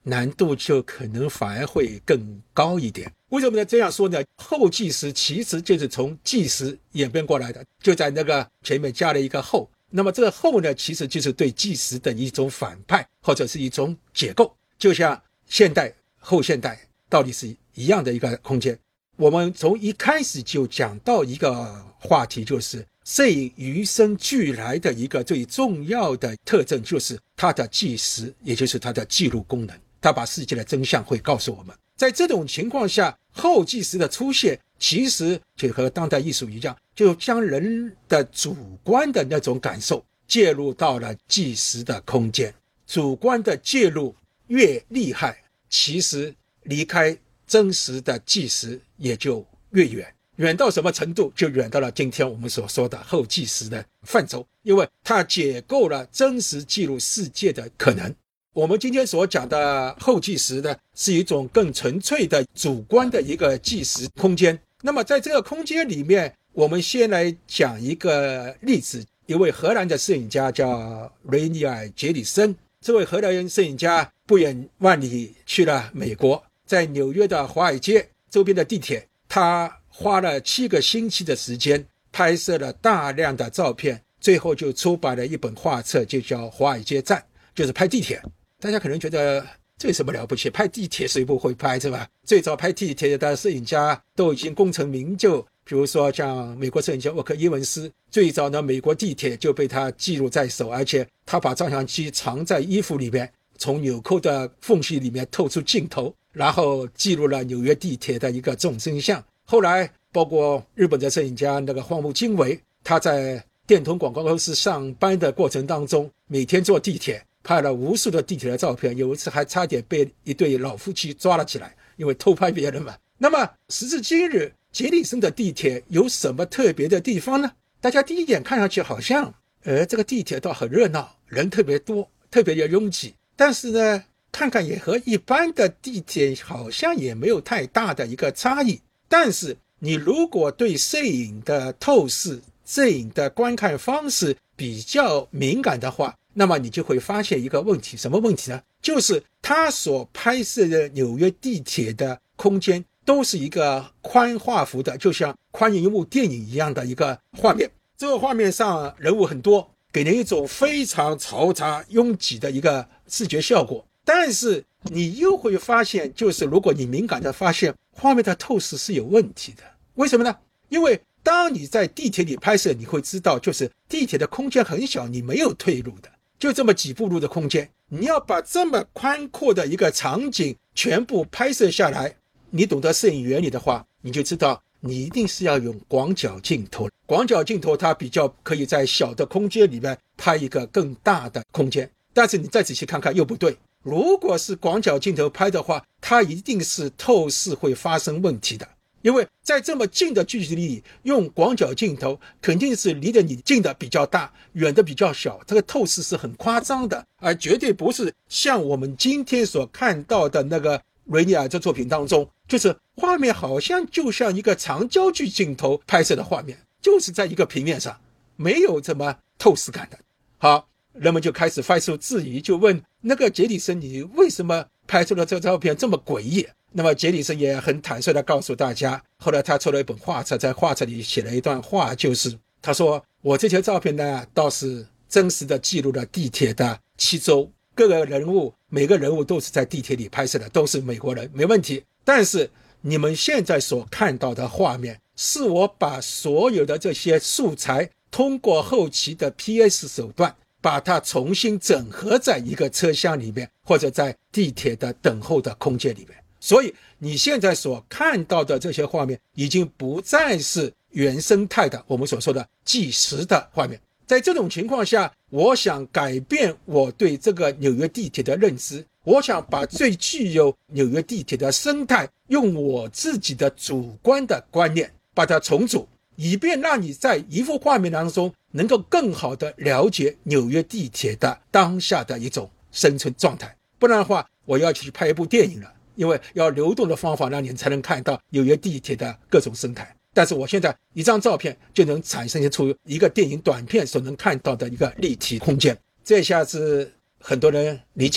难度就可能反而会更高一点。为什么呢？这样说呢？后计时其实就是从计时演变过来的，就在那个前面加了一个后，那么这个后呢，其实就是对计时的一种反派或者是一种解构，就像现代后现代道理是一样的一个空间。我们从一开始就讲到一个话题，就是摄影与生俱来的一个最重要的特征，就是它的计时，也就是它的记录功能，它把世界的真相会告诉我们。在这种情况下，后计时的出现其实就和当代艺术一样，就将人的主观的那种感受介入到了计时的空间。主观的介入越厉害，其实离开真实的计时也就越远，远到什么程度？就远到了今天我们所说的后计时的范畴，因为它解构了真实记录世界的可能。我们今天所讲的后计时呢，是一种更纯粹的主观的一个计时空间。那么在这个空间里面，我们先来讲一个例子。一位荷兰的摄影家叫雷尼尔·杰里森，这位荷兰人摄影家不远万里去了美国，在纽约的华尔街周边的地铁，他花了七个星期的时间拍摄了大量的照片，最后就出版了一本画册，就叫《华尔街站》，就是拍地铁。大家可能觉得这有什么了不起，拍地铁谁不会拍，是吧？最早拍地铁的摄影家都已经功成名就，比如说像美国摄影家沃克伊文斯，最早呢美国地铁就被他记录在手，而且他把照相机藏在衣服里面，从纽扣的缝隙里面透出镜头，然后记录了纽约地铁的一个众生相。后来包括日本的摄影家那个荒木经惟，他在电通广告公司上班的过程当中，每天坐地铁拍了无数的地铁的照片，有一次还差点被一对老夫妻抓了起来，因为偷拍别人嘛。那么时至今日，杰里森的地铁有什么特别的地方呢？大家第一眼看上去好像呃，这个地铁倒很热闹，人特别多，特别的拥挤，但是呢看看也和一般的地铁好像也没有太大的一个差异。但是你如果对摄影的透视、摄影的观看方式比较敏感的话，那么你就会发现一个问题。什么问题呢？就是他所拍摄的纽约地铁的空间都是一个宽画幅的，就像宽银幕电影一样的一个画面。这个画面上人物很多，给人一种非常嘈杂拥挤的一个视觉效果。但是你又会发现，就是如果你敏感的发现画面的透视是有问题的。为什么呢？因为当你在地铁里拍摄，你会知道就是地铁的空间很小，你没有退路的，就这么几步路的空间，你要把这么宽阔的一个场景全部拍摄下来，你懂得摄影原理的话，你就知道你一定是要用广角镜头。广角镜头它比较可以在小的空间里面拍一个更大的空间，但是你再仔细看看又不对。如果是广角镜头拍的话，它一定是透视会发生问题的，因为在这么近的距离里用广角镜头肯定是离得你近的比较大，远的比较小，这个透视是很夸张的，而绝对不是像我们今天所看到的那个雷尼尔这作品当中，就是画面好像就像一个长焦距镜头拍摄的画面，就是在一个平面上，没有这么透视感的。好，人们就开始发出质疑，就问那个杰里森，你为什么拍出了这照片这么诡异？那么杰里森也很坦率地告诉大家，后来他出了一本画册，在画册里写了一段话，就是他说，我这些照片呢倒是真实的记录了地铁的七周，各个人物每个人物都是在地铁里拍摄的，都是美国人，没问题。但是你们现在所看到的画面，是我把所有的这些素材通过后期的 P S 手段把它重新整合在一个车厢里面，或者在地铁的等候的空间里面。所以你现在所看到的这些画面已经不再是原生态的，我们所说的纪实的画面。在这种情况下，我想改变我对这个纽约地铁的认知，我想把最具有纽约地铁的生态，用我自己的主观的观念把它重组，以便让你在一幅画面当中能够更好的了解纽约地铁的当下的一种生存状态。不然的话，我要去拍一部电影了，因为要流动的方法让你才能看到纽约地铁的各种生态。但是我现在一张照片就能产生出一个电影短片所能看到的一个立体空间，这下子很多人理解了。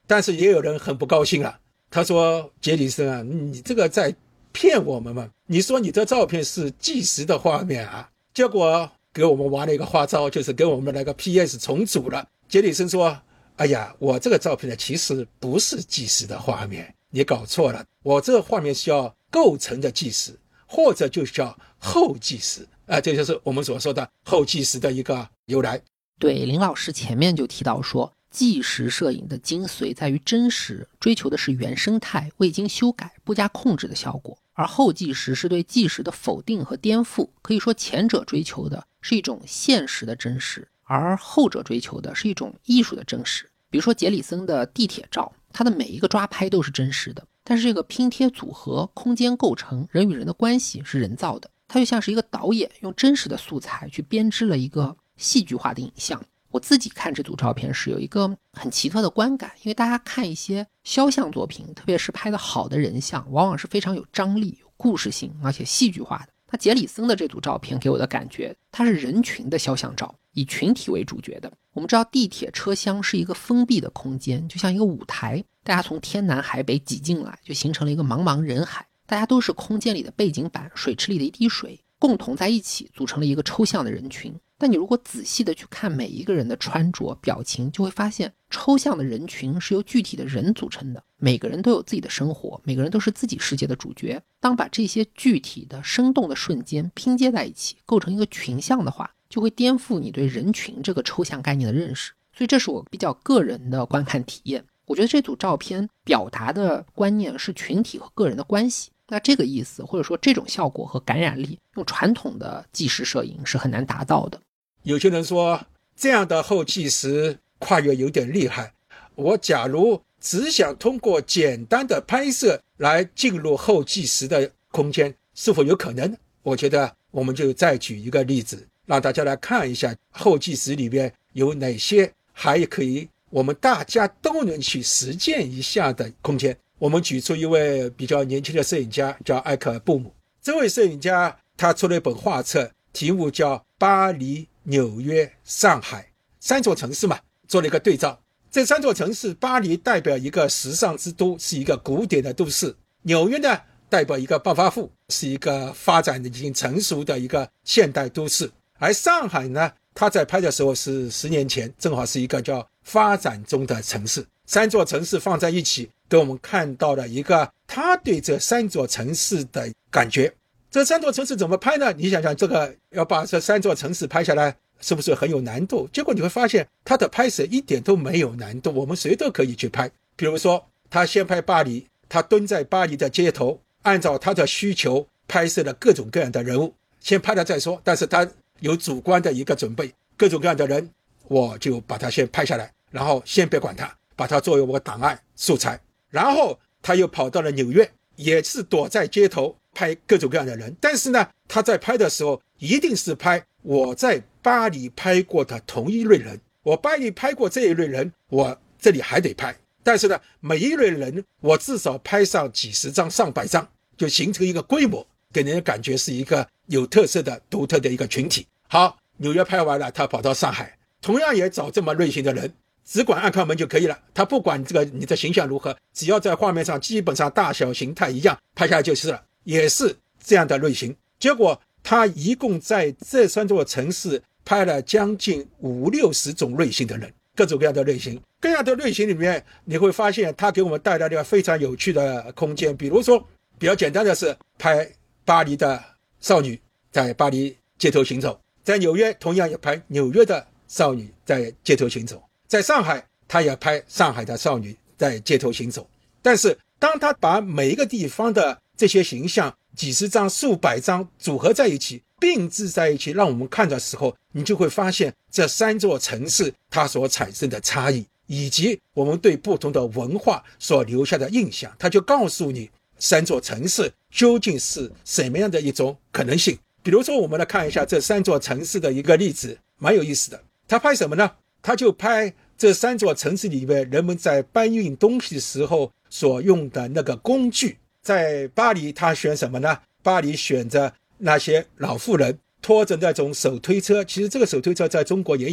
但是也有人很不高兴啊，他说杰里森啊，你这个在骗我们嘛，你说你这照片是纪实的画面啊，结果给我们玩了一个花招，就是给我们那个 P S 重组了。杰里森说，哎呀，我这个照片呢其实不是纪实的画面，你搞错了，我这个画面是要构成的纪实，或者就叫后纪实啊，这就是我们所说的后纪实的一个由来。 对，林老师前面就提到说，纪实摄影的精髓在于真实，追求的是原生态、未经修改、不加控制的效果，而后纪实是对纪实的否定和颠覆。可以说前者追求的是一种现实的真实，而后者追求的是一种艺术的真实。比如说杰里森的地铁照，它的每一个抓拍都是真实的，但是这个拼贴组合、空间构成、人与人的关系是人造的，它就像是一个导演用真实的素材去编织了一个戏剧化的影像。我自己看这组照片是有一个很奇特的观感，因为大家看一些肖像作品，特别是拍得好的人像，往往是非常有张力、有故事性，而且戏剧化的。那杰里森的这组照片给我的感觉，它是人群的肖像照，以群体为主角的。我们知道地铁车厢是一个封闭的空间，就像一个舞台，大家从天南海北挤进来，就形成了一个茫茫人海，大家都是空间里的背景板，水池里的一滴水，共同在一起组成了一个抽象的人群。但你如果仔细的去看每一个人的穿着表情，就会发现抽象的人群是由具体的人组成的，每个人都有自己的生活，每个人都是自己世界的主角。当把这些具体的生动的瞬间拼接在一起，构成一个群像的话，就会颠覆你对人群这个抽象概念的认识。所以这是我比较个人的观看体验。我觉得这组照片表达的观念是群体和个人的关系，那这个意思或者说这种效果和感染力，用传统的纪实摄影是很难达到的。 有些人说这样的后纪实跨越有点厉害，我假如只想通过简单的拍摄来进入后纪实的空间，是否有可能？我觉得我们就再举一个例子，让大家来看一下后纪实里面有哪些还可以我们大家都能去实践一下的空间。我们举出一位比较年轻的摄影家，叫艾克尔布姆。这位摄影家他出了一本画册，题目叫巴黎、纽约、上海三座城市嘛，做了一个对照。这三座城市，巴黎代表一个时尚之都，是一个古典的都市；纽约呢，代表一个暴发户，是一个发展已经成熟的一个现代都市；而上海呢，他在拍的时候是十年前，正好是一个叫发展中的城市。三座城市放在一起，给我们看到了一个他对这三座城市的感觉。这三座城市怎么拍呢？你想想，这个要把这三座城市拍下来，是不是很有难度？结果你会发现他的拍摄一点都没有难度，我们谁都可以去拍。比如说他先拍巴黎，他蹲在巴黎的街头，按照他的需求拍摄了各种各样的人物，先拍了再说，但是他有主观的一个准备，各种各样的人我就把他先拍下来，然后先别管他，把他作为我档案素材。然后他又跑到了纽约，也是躲在街头拍各种各样的人，但是呢他在拍的时候一定是拍我在巴黎拍过的同一类人，我巴黎拍过这一类人，我这里还得拍，但是呢每一类人我至少拍上几十张上百张，就形成一个规模，给人的感觉是一个有特色的独特的一个群体。好，纽约拍完了，他跑到上海，同样也找这么类型的人，只管按开门就可以了，他不管这个你的形象如何，只要在画面上基本上大小形态一样，拍下来就是了，也是这样的类型。结果他一共在这三座城市拍了将近五六十种类型的人，各种各样的类型。各样的类型里面，你会发现他给我们带来了非常有趣的空间。比如说比较简单的是拍巴黎的少女在巴黎街头行走，在纽约同样也拍纽约的少女在街头行走，在上海他也拍上海的少女在街头行走。但是当他把每一个地方的这些形象几十张数百张组合在一起，并置在一起让我们看的时候，你就会发现这三座城市它所产生的差异，以及我们对不同的文化所留下的印象。它就告诉你三座城市究竟是什么样的一种可能性。比如说我们来看一下这三座城市的一个例子，蛮有意思的。他拍什么呢？他就拍这三座城市里面人们在搬运东西的时候所用的那个工具。在巴黎他选什么呢？巴黎选择那些老妇人拖着那种手推车，其实这个手推车在中国也有，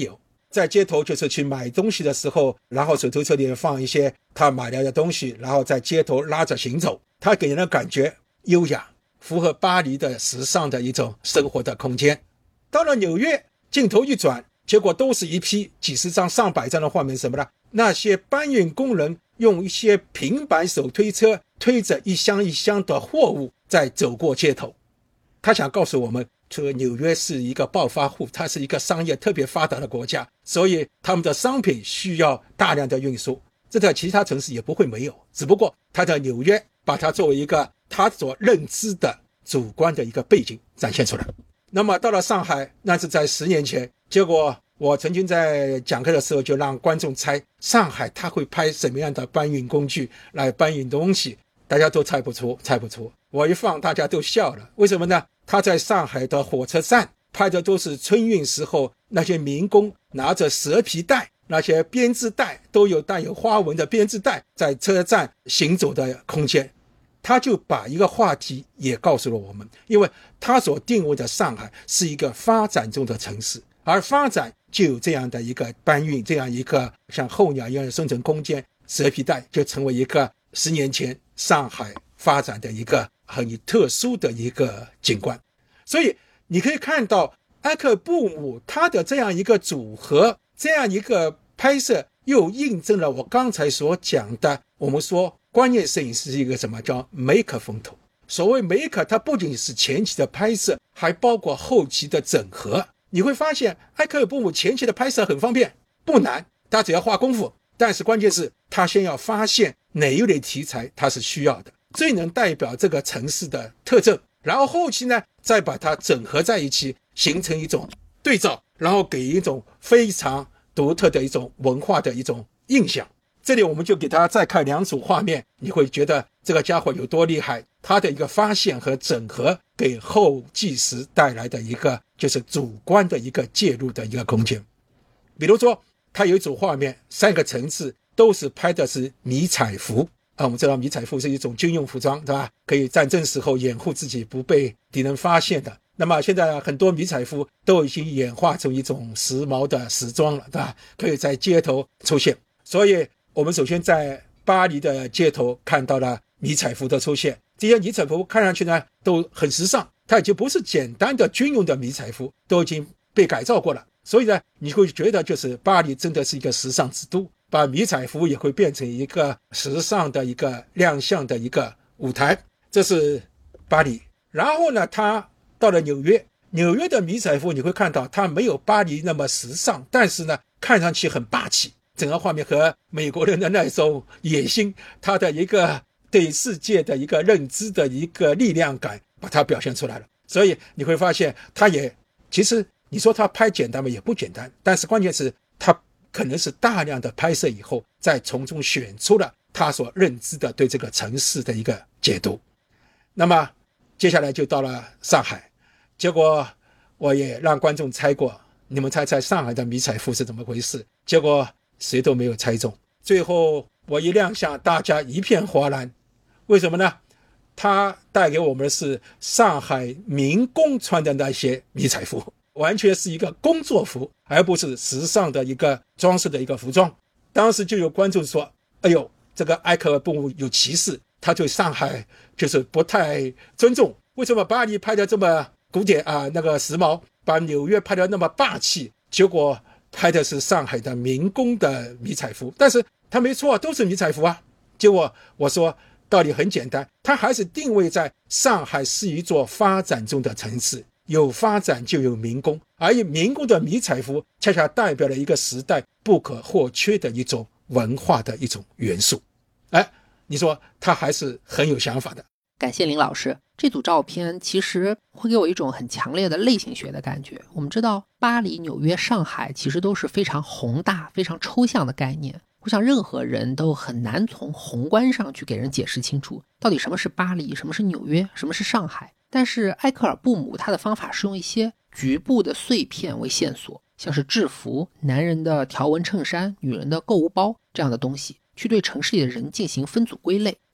在街头就是去买东西的时候，然后手推车里放一些他买来的东西，然后在街头拉着行走，他给人的感觉优雅，符合巴黎的时尚的一种生活的空间。到了纽约，镜头一转，结果都是一批几十张上百张的画面，什么呢？那些搬运工人用一些平板手推车推着一箱一箱的货物在走过街头。他想告诉我们，这个纽约是一个暴发户，它是一个商业特别发达的国家，所以他们的商品需要大量的运输，这在其他城市也不会没有，只不过他在纽约把它作为一个他所认知的主观的一个背景展现出来。那么到了上海，那是在十年前，结果我曾经在讲课的时候就让观众猜上海他会拍什么样的搬运工具来搬运东西，大家都猜不出猜不出。我一放大家都笑了，为什么呢？他在上海的火车站拍的都是春运时候那些民工拿着蛇皮袋，那些编织袋都有带有花纹的编织袋在车站行走的空间。他就把一个话题也告诉了我们，因为他所定位的上海是一个发展中的城市，而发展就有这样的一个搬运，这样一个像候鸟一样的生存空间，蛇皮袋就成为一个十年前上海发展的一个很特殊的一个景观。所以你可以看到埃克布姆他的这样一个组合，这样一个拍摄又印证了我刚才所讲的，我们说观念摄影师是一个什么叫 make 风头。所谓 make， 它不仅是前期的拍摄，还包括后期的整合。你会发现埃克布姆前期的拍摄很方便，不难，他只要花功夫，但是关键是他先要发现哪一类题材他是需要的，最能代表这个城市的特征，然后后期呢再把它整合在一起，形成一种对照，然后给一种非常独特的一种文化的一种印象。这里我们就给大家再看两组画面，你会觉得这个家伙有多厉害，他的一个发现和整合给后纪实带来的一个就是主观的一个介入的一个空间。比如说他有一组画面，三个层次都是拍的是迷彩服啊，我们知道迷彩服是一种军用服装，对吧？可以战争时候掩护自己不被敌人发现的。那么现在很多迷彩服都已经演化成一种时髦的时装了，对吧？可以在街头出现。所以我们首先在巴黎的街头看到了迷彩服的出现，这些迷彩服看上去呢都很时尚，它已经不是简单的军用的迷彩服，都已经被改造过了。所以呢你会觉得就是巴黎真的是一个时尚之都，把迷彩服也会变成一个时尚的一个亮相的一个舞台。这是巴黎。然后呢它到了纽约，纽约的迷彩服你会看到它没有巴黎那么时尚，但是呢看上去很霸气，整个画面和美国人的那种野心，他的一个对世界的一个认知的一个力量感把它表现出来了。所以你会发现他也其实你说他拍简单吗？也不简单，但是关键是他可能是大量的拍摄以后再从中选出了他所认知的对这个城市的一个解读。那么接下来就到了上海，结果我也让观众猜过，你们猜猜上海的迷彩服是怎么回事？结果谁都没有猜中。最后我一亮相，大家一片哗然。为什么呢？它带给我们的是上海民工穿的那些迷彩服，完全是一个工作服，而不是时尚的一个装饰的一个服装。当时就有观众说，哎呦，这个埃克布姆有歧视，他对上海就是不太尊重。为什么巴黎拍的这么古典啊，那个时髦，把纽约拍的那么霸气，结果拍的是上海的民工的迷彩服？但是他没错，都是迷彩服啊。结果我说道理很简单，他还是定位在上海是一座发展中的城市，有发展就有民工，而民工的迷彩服恰恰代表了一个时代不可或缺的一种文化的一种元素。哎，你说他还是很有想法的。 感谢林老师，这组照片其实会给我一种很强烈的类型学的感觉。我们知道巴黎、纽约、上海其实都是非常宏大非常抽象的概念，我想任何人都很难从宏观上去给人解释清楚到底什么是巴黎，什么是纽约，什么是上海。但是埃克尔布姆他的方法是用一些局部的碎片为线索，像是制服、男人的条纹衬衫、女人的购物包这样的东西，去对城市里的人进行分组归类，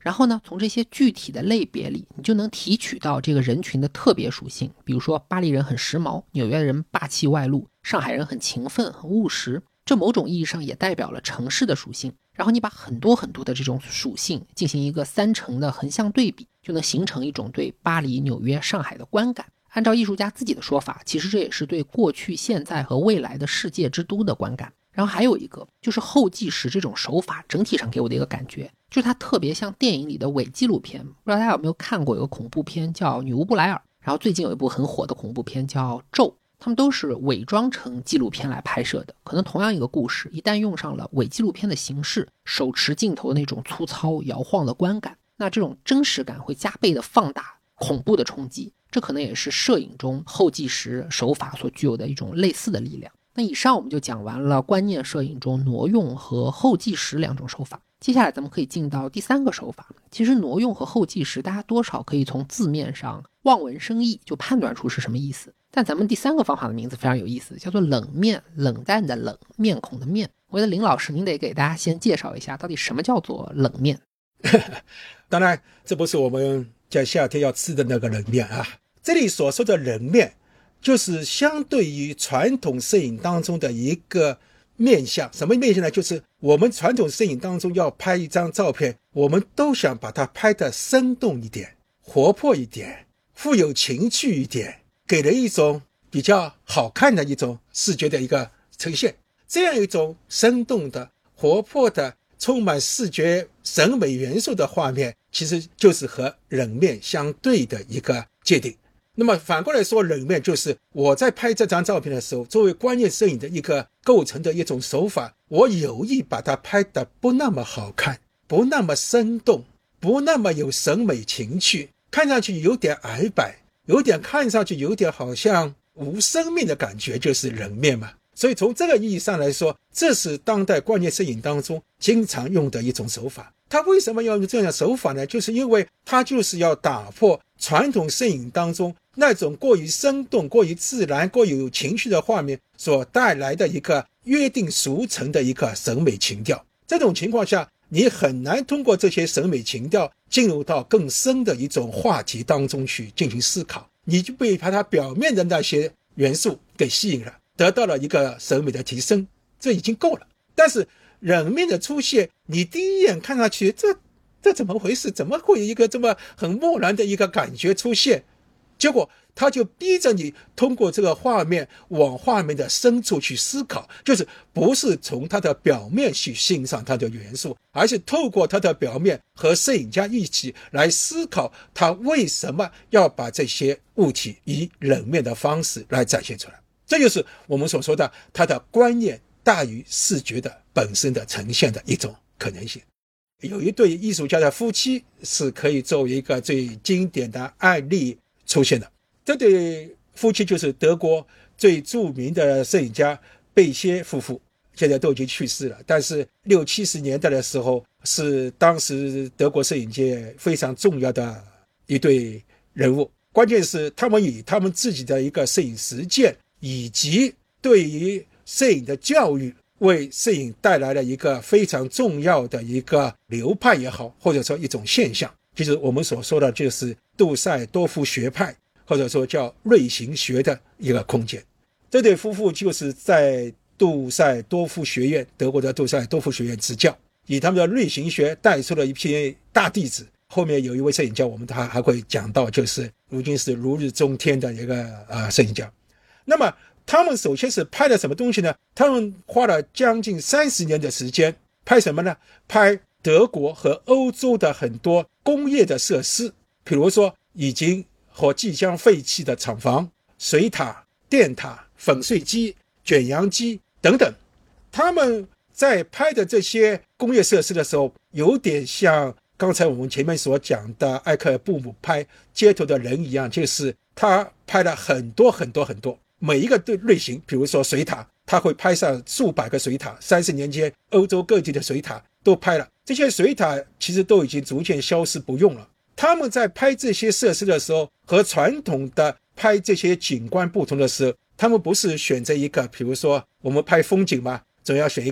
然后呢，从这些具体的类别里，你就能提取到这个人群的特别属性。比如说，巴黎人很时髦，纽约人霸气外露，上海人很勤奋很务实，这某种意义上也代表了城市的属性。然后你把很多很多的这种属性进行一个三乘的横向对比，就能形成一种对巴黎、纽约、上海的观感。按照艺术家自己的说法，其实这也是对过去、现在和未来的世界之都的观感。然后还有一个就是后纪实这种手法整体上给我的一个感觉，就是它特别像电影里的伪纪录片。不知道大家有没有看过有个恐怖片叫《女巫布莱尔》，然后最近有一部很火的恐怖片叫《咒》，他们都是伪装成纪录片来拍摄的。可能同样一个故事，一旦用上了伪纪录片的形式，手持镜头那种粗糙摇晃的观感，那这种真实感会加倍的放大恐怖的冲击。这可能也是摄影中后纪实手法所具有的一种类似的力量。那以上我们就讲完了观念摄影中挪用和后纪实两种手法，接下来咱们可以进到第三个手法。其实挪用和后纪实大家多少可以从字面上望文生义就判断出是什么意思，但咱们第三个方法的名字非常有意思，叫做冷面，冷淡的冷，面孔的面。我觉得林老师您得给大家先介绍一下到底什么叫做冷面。 当然这不是我们在夏天要吃的那个冷面啊，这里所说的冷面就是相对于传统摄影当中的一个面向。什么面向呢？就是我们传统摄影当中要拍一张照片，我们都想把它拍得生动一点，活泼一点，富有情趣一点，给人一种比较好看的一种视觉的一个呈现。这样一种生动的、活泼的、充满视觉审美元素的画面，其实就是和冷面相对的一个界定。那么反过来说，冷面就是我在拍这张照片的时候，作为观念摄影的一个构成的一种手法，我有意把它拍得不那么好看，不那么生动，不那么有审美情趣，看上去有点矮摆，有点看上去有点好像无生命的感觉，就是冷面嘛。所以从这个意义上来说，这是当代观念摄影当中经常用的一种手法。他为什么要用这样的手法呢？就是因为他就是要打破传统摄影当中那种过于生动、过于自然、过于有情绪的画面所带来的一个约定俗成的一个审美情调。这种情况下，你很难通过这些审美情调进入到更深的一种话题当中去进行思考，你就被它表面的那些元素给吸引了，得到了一个审美的提升，这已经够了。但是冷面的出现，你第一眼看上去，这这怎么回事？怎么会有一个这么很漠然的一个感觉出现？结果他就逼着你通过这个画面往画面的深处去思考，就是不是从它的表面去欣赏它的元素，而是透过它的表面和摄影家一起来思考他为什么要把这些物体以冷面的方式来展现出来。这就是我们所说的它的观念大于视觉的本身的呈现的一种可能性。有一对艺术家的夫妻是可以作为一个最经典的案例出现的。这对夫妻就是德国最著名的摄影家贝歇夫妇，现在都已经去世了，但是六七十年代的时候是当时德国摄影界非常重要的一对人物。关键是他们以他们自己的一个摄影实践以及对于摄影的教育，为摄影带来了一个非常重要的一个流派也好，或者说一种现象，就是我们所说的就是杜塞多夫学派，或者说叫类型学的一个空间。这对夫妇就是在杜塞多夫学院，德国的杜塞多夫学院执教，以他们的类型学带出了一批大弟子。后面有一位摄影家我们还还会讲到，就是如今是如日中天的一个呃摄影家。那么他们首先是拍了什么东西呢？他们花了将近三十年的时间拍什么呢？拍德国和欧洲的很多工业的设施，比如说已经或即将废弃的厂房、水塔、电塔、粉碎机、卷扬机等等。他们在拍的这些工业设施的时候，有点像刚才我们前面所讲的艾克尔布姆拍街头的人一样，就是他拍了很多很多很多，每一个类型，比如说水塔，他会拍上数百个水塔，三十年间欧洲各地的水塔都拍了。这些水塔其实都已经逐渐消失不用了。他们在拍这些设施的时候，和传统的拍这些景观不同的是，他们不是选择一个，比如说我们拍风景嘛，总要选一个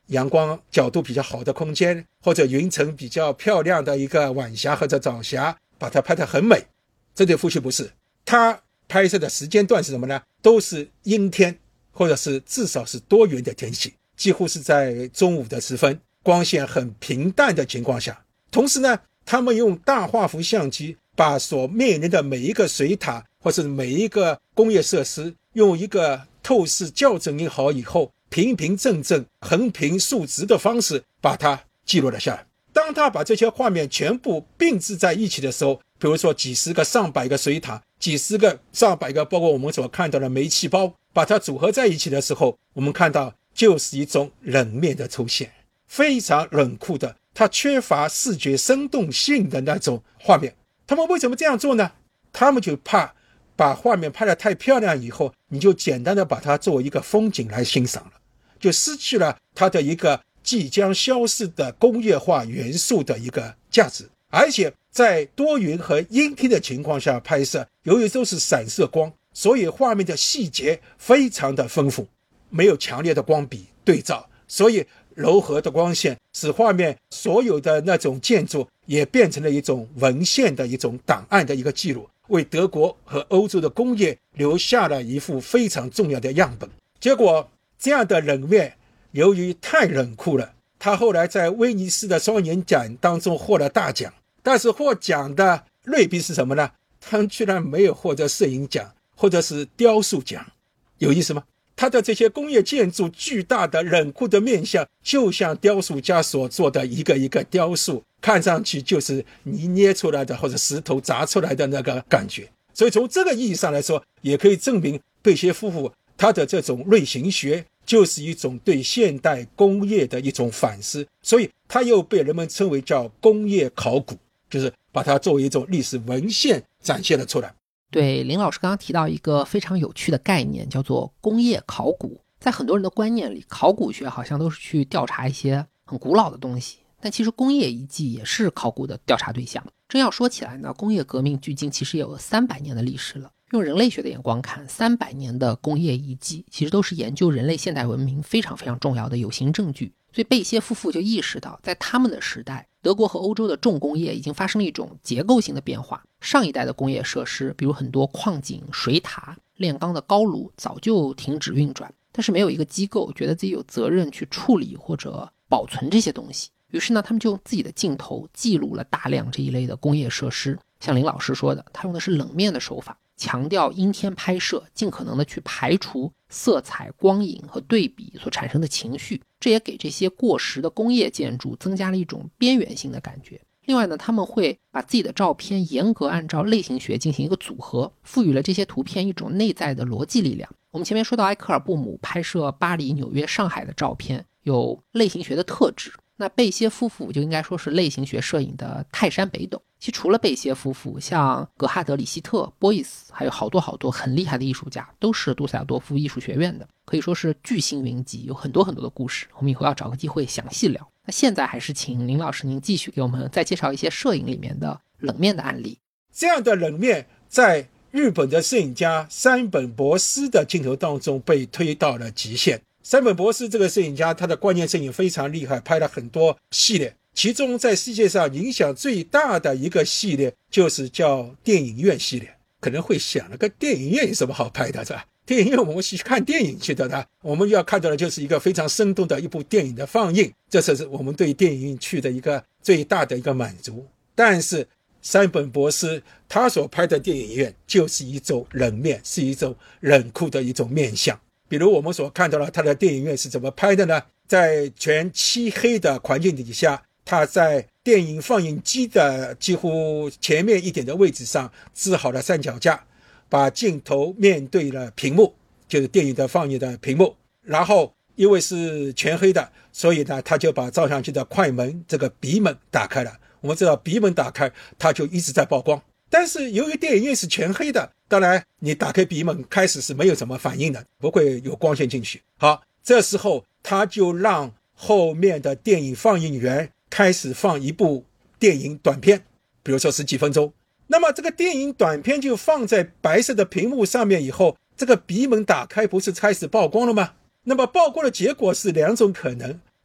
阳光角度比较好的空间，或者云层比较漂亮的一个晚霞或者早霞，把它拍得很美。这对夫妻不是，他拍摄的时间段是什么呢？都是阴天，或者是至少是多云的天气，几乎是在中午的时分，光线很平淡的情况下。同时呢，他们用大画幅相机把所面临的每一个水塔或是每一个工业设施，用一个透视校正好以后，平平正正横平竖直的方式把它记录了下来。当他把这些画面全部并置在一起的时候，比如说几十个上百个水塔，几十个上百个包括我们所看到的煤气包，把它组合在一起的时候，我们看到就是一种冷面的出现，非常冷酷的，它缺乏视觉生动性的那种画面。他们为什么这样做呢？他们就怕把画面拍得太漂亮以后，你就简单的把它作为一个风景来欣赏了，就失去了它的一个即将消失的工业化元素的一个价值。而且在多云和阴天的情况下拍摄，由于都是散射光，所以画面的细节非常的丰富，没有强烈的光比对照，所以柔和的光线使画面所有的那种建筑也变成了一种文献的一种档案的一个记录，为德国和欧洲的工业留下了一幅非常重要的样本。结果这样的冷面由于太冷酷了，他后来在威尼斯的双年展当中获了大奖，但是获奖的类比是什么呢？他们居然没有获得摄影奖或者是雕塑奖，有意思吗？他的这些工业建筑巨大的冷酷的面相，就像雕塑家所做的一个一个雕塑，看上去就是泥捏出来的或者石头砸出来的那个感觉。所以从这个意义上来说，也可以证明贝歇夫妇他的这种类型学就是一种对现代工业的一种反思，所以他又被人们称为叫工业考古，就是把它作为一种历史文献展现了出来。 对，林老师刚刚提到一个非常有趣的概念，叫做工业考古。在很多人的观念里，考古学好像都是去调查一些很古老的东西，但其实工业遗迹也是考古的调查对象。真要说起来呢，工业革命距今其实也有三百年的历史了。用人类学的眼光看，三百年的工业遗迹其实都是研究人类现代文明非常非常重要的有形证据。所以贝歇夫妇就意识到，在他们的时代，德国和欧洲的重工业已经发生了一种结构性的变化。上一代的工业设施，比如很多矿井、水塔、炼钢的高炉，早就停止运转，但是没有一个机构觉得自己有责任去处理或者保存这些东西。于是呢，他们就用自己的镜头记录了大量这一类的工业设施。像林老师说的，他用的是冷面的手法，强调阴天拍摄，尽可能的去排除色彩、光影和对比所产生的情绪，这也给这些过时的工业建筑增加了一种边缘性的感觉。另外呢，他们会把自己的照片严格按照类型学进行一个组合，赋予了这些图片一种内在的逻辑力量。我们前面说到埃克尔布姆拍摄巴黎、纽约、上海的照片有类型学的特质，那贝歇夫妇就应该说是类型学摄影的泰山北斗。其实除了贝歇夫妇，像格哈德、里希特、波伊斯，还有好多好多很厉害的艺术家，都是杜塞尔多夫艺术学院的，可以说是巨星云集，有很多很多的故事，我们以后要找个机会详细聊。那现在还是请林老师您继续给我们再介绍一些摄影里面的冷面的案例。 这样的冷面在日本的摄影家山本博司的镜头当中被推到了极限。山本博司这个摄影家，他的观念摄影非常厉害，拍了很多系列，其中在世界上影响最大的一个系列就是叫电影院系列。可能会想了，个电影院有什么好拍的，是吧？电影院我们是去看电影去的呢，我们要看到的就是一个非常生动的一部电影的放映，这是我们对电影院去的一个最大的一个满足。但是山本博司他所拍的电影院就是一种冷面，是一种冷酷的一种面相。比如我们所看到的他的电影院是怎么拍的呢？在全漆黑的环境底下，他在电影放映机的几乎前面一点的位置上支好了三脚架，把镜头面对了屏幕，就是电影的放映的屏幕。然后因为是全黑的，所以呢他就把照相机的快门这个鼻门打开了。我们知道鼻门打开，它就一直在曝光。但是由于电影院是全黑的，当然你打开鼻门开始是没有什么反应的，不会有光线进去。好，这时候他就让后面的电影放映员开始放一部电影短片，比如说十几分钟。那么这个电影短片就放在白色的屏幕上面以后，这个鼻门打开不是开始曝光了吗？那么曝光的结果是两种可能，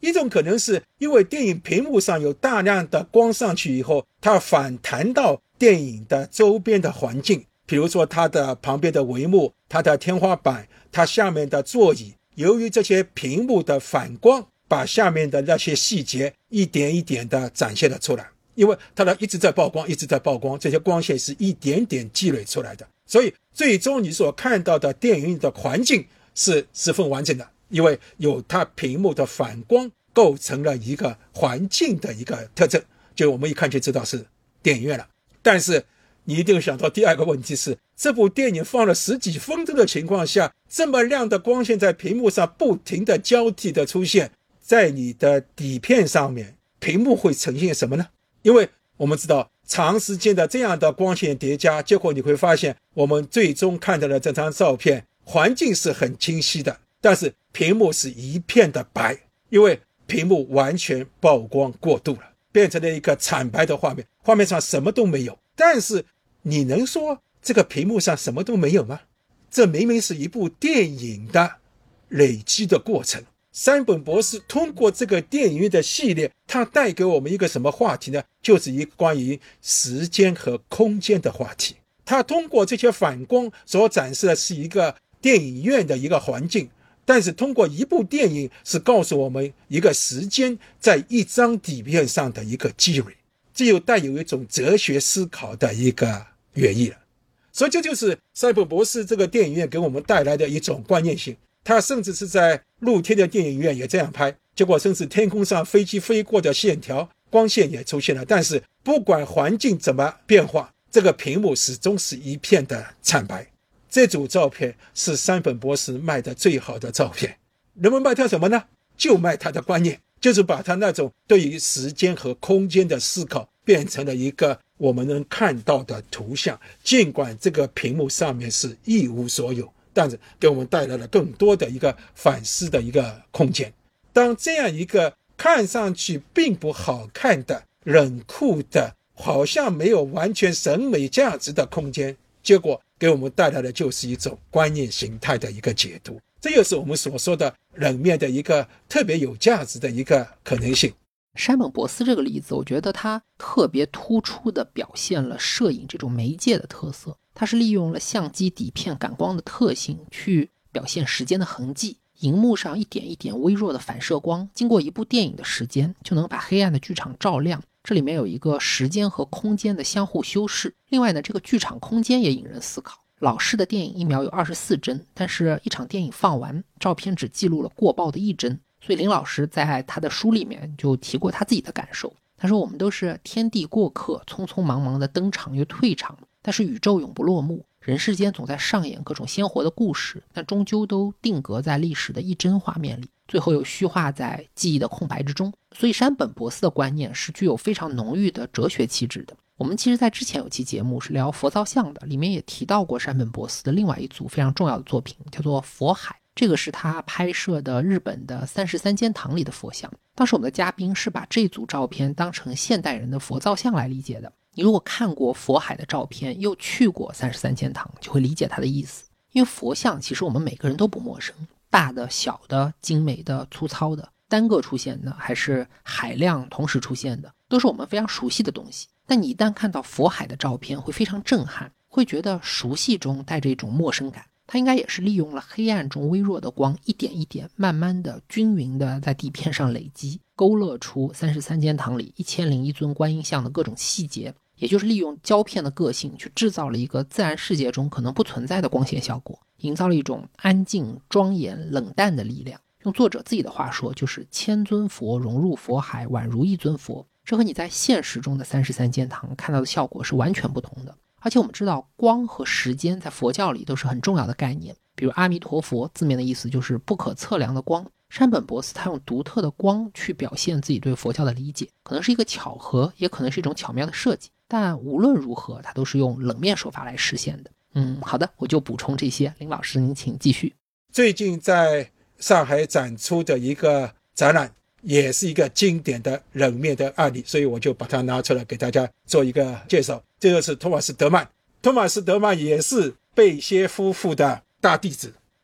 一种可能是因为电影屏幕上有大量的光上去以后，它反弹到电影的周边的环境，比如说它的旁边的帷幕，它的天花板，它下面的座椅，由于这些屏幕的反光，把下面的那些细节一点一点的展现了出来。因为它的一直在曝光一直在曝光，这些光线是一点点积累出来的，所以最终你所看到的电影的环境是十分完整的，因为有它屏幕的反光构成了一个环境的一个特征，就我们一看就知道是电影院了。但是你一定想到第二个问题是，这部电影放了十几分钟的情况下，这么亮的光线在屏幕上不停的交替的出现，在你的底片上面，屏幕会呈现什么呢？因为我们知道长时间的这样的光线叠加，结果你会发现我们最终看到的这张照片环境是很清晰的，但是屏幕是一片的白，因为屏幕完全曝光过度了，变成了一个惨白的画面，画面上什么都没有。但是你能说这个屏幕上什么都没有吗？这明明是一部电影的累积的过程。山本博士通过这个电影院的系列，他带给我们一个什么话题呢？就是一个关于时间和空间的话题。他通过这些反光所展示的是一个电影院的一个环境，但是通过一部电影是告诉我们一个时间在一张底片上的一个积累，这又带有一种哲学思考的一个原意了。所以这就是山本博士这个电影院给我们带来的一种观念性。他甚至是在露天的电影院也这样拍，结果甚至天空上飞机飞过的线条光线也出现了，但是不管环境怎么变化，这个屏幕始终是一片的惨白。这组照片是山本博士卖的最好的照片。人们卖他什么呢？就卖他的观念，就是把他那种对于时间和空间的思考变成了一个我们能看到的图像，尽管这个屏幕上面是一无所有，但是给我们带来了更多的一个反思的一个空间。当这样一个看上去并不好看的冷酷的好像没有完全审美价值的空间，结果给我们带来的就是一种观念形态的一个解读，这又是我们所说的冷面的一个特别有价值的一个可能性。 山本博斯这个例子，我觉得他特别突出地表现了摄影这种媒介的特色。它是利用了相机底片感光的特性去表现时间的痕迹，荧幕上一点一点微弱的反射光，经过一部电影的时间就能把黑暗的剧场照亮。这里面有一个时间和空间的相互修饰。另外呢，这个剧场空间也引人思考。老式的电影一秒有二十四帧，但是一场电影放完，照片只记录了过曝的一帧。所以林老师在他的书里面就提过他自己的感受。他说我们都是天地过客，匆匆忙忙的登场又退场，但是宇宙永不落幕，人世间总在上演各种鲜活的故事，但终究都定格在历史的一帧画面里，最后又虚化在记忆的空白之中。所以山本博斯的观念是具有非常浓郁的哲学气质的。我们其实在之前有期节目是聊佛造像的，里面也提到过山本博斯的另外一组非常重要的作品，叫做佛海。这个是他拍摄的日本的三十三间堂里的佛像。当时我们的嘉宾是把这组照片当成现代人的佛造像来理解的。你如果看过佛海的照片，又去过三十三间堂，就会理解他的意思。因为佛像其实我们每个人都不陌生，大的、小的、精美的、粗糙的，单个出现的还是海量同时出现的，都是我们非常熟悉的东西。但你一旦看到佛海的照片，会非常震撼，会觉得熟悉中带着一种陌生感。它应该也是利用了黑暗中微弱的光，一点一点慢慢的均匀的在底片上累积，勾勒出三十三间堂里一千零一尊观音像的各种细节，也就是利用胶片的个性去制造了一个自然世界中可能不存在的光线效果，营造了一种安静、庄严、冷淡的力量。用作者自己的话说，就是千尊佛融入佛海，宛如一尊佛。这和你在现实中的三十三间堂看到的效果是完全不同的。而且我们知道光和时间在佛教里都是很重要的概念，比如阿弥陀佛字面的意思就是不可测量的光。山本博斯他用独特的光去表现自己对佛教的理解，可能是一个巧合，也可能是一种巧妙的设计，但无论如何他都是用冷面手法来实现的。嗯，好的，我就补充这些，林老师您请继续。 最近在上海展出的一个展览也是一个经典的冷面的案例，所以我就把它拿出来给大家做一个介绍。这就是托马斯·德曼。托马斯·德曼也是贝歇夫妇的大弟子。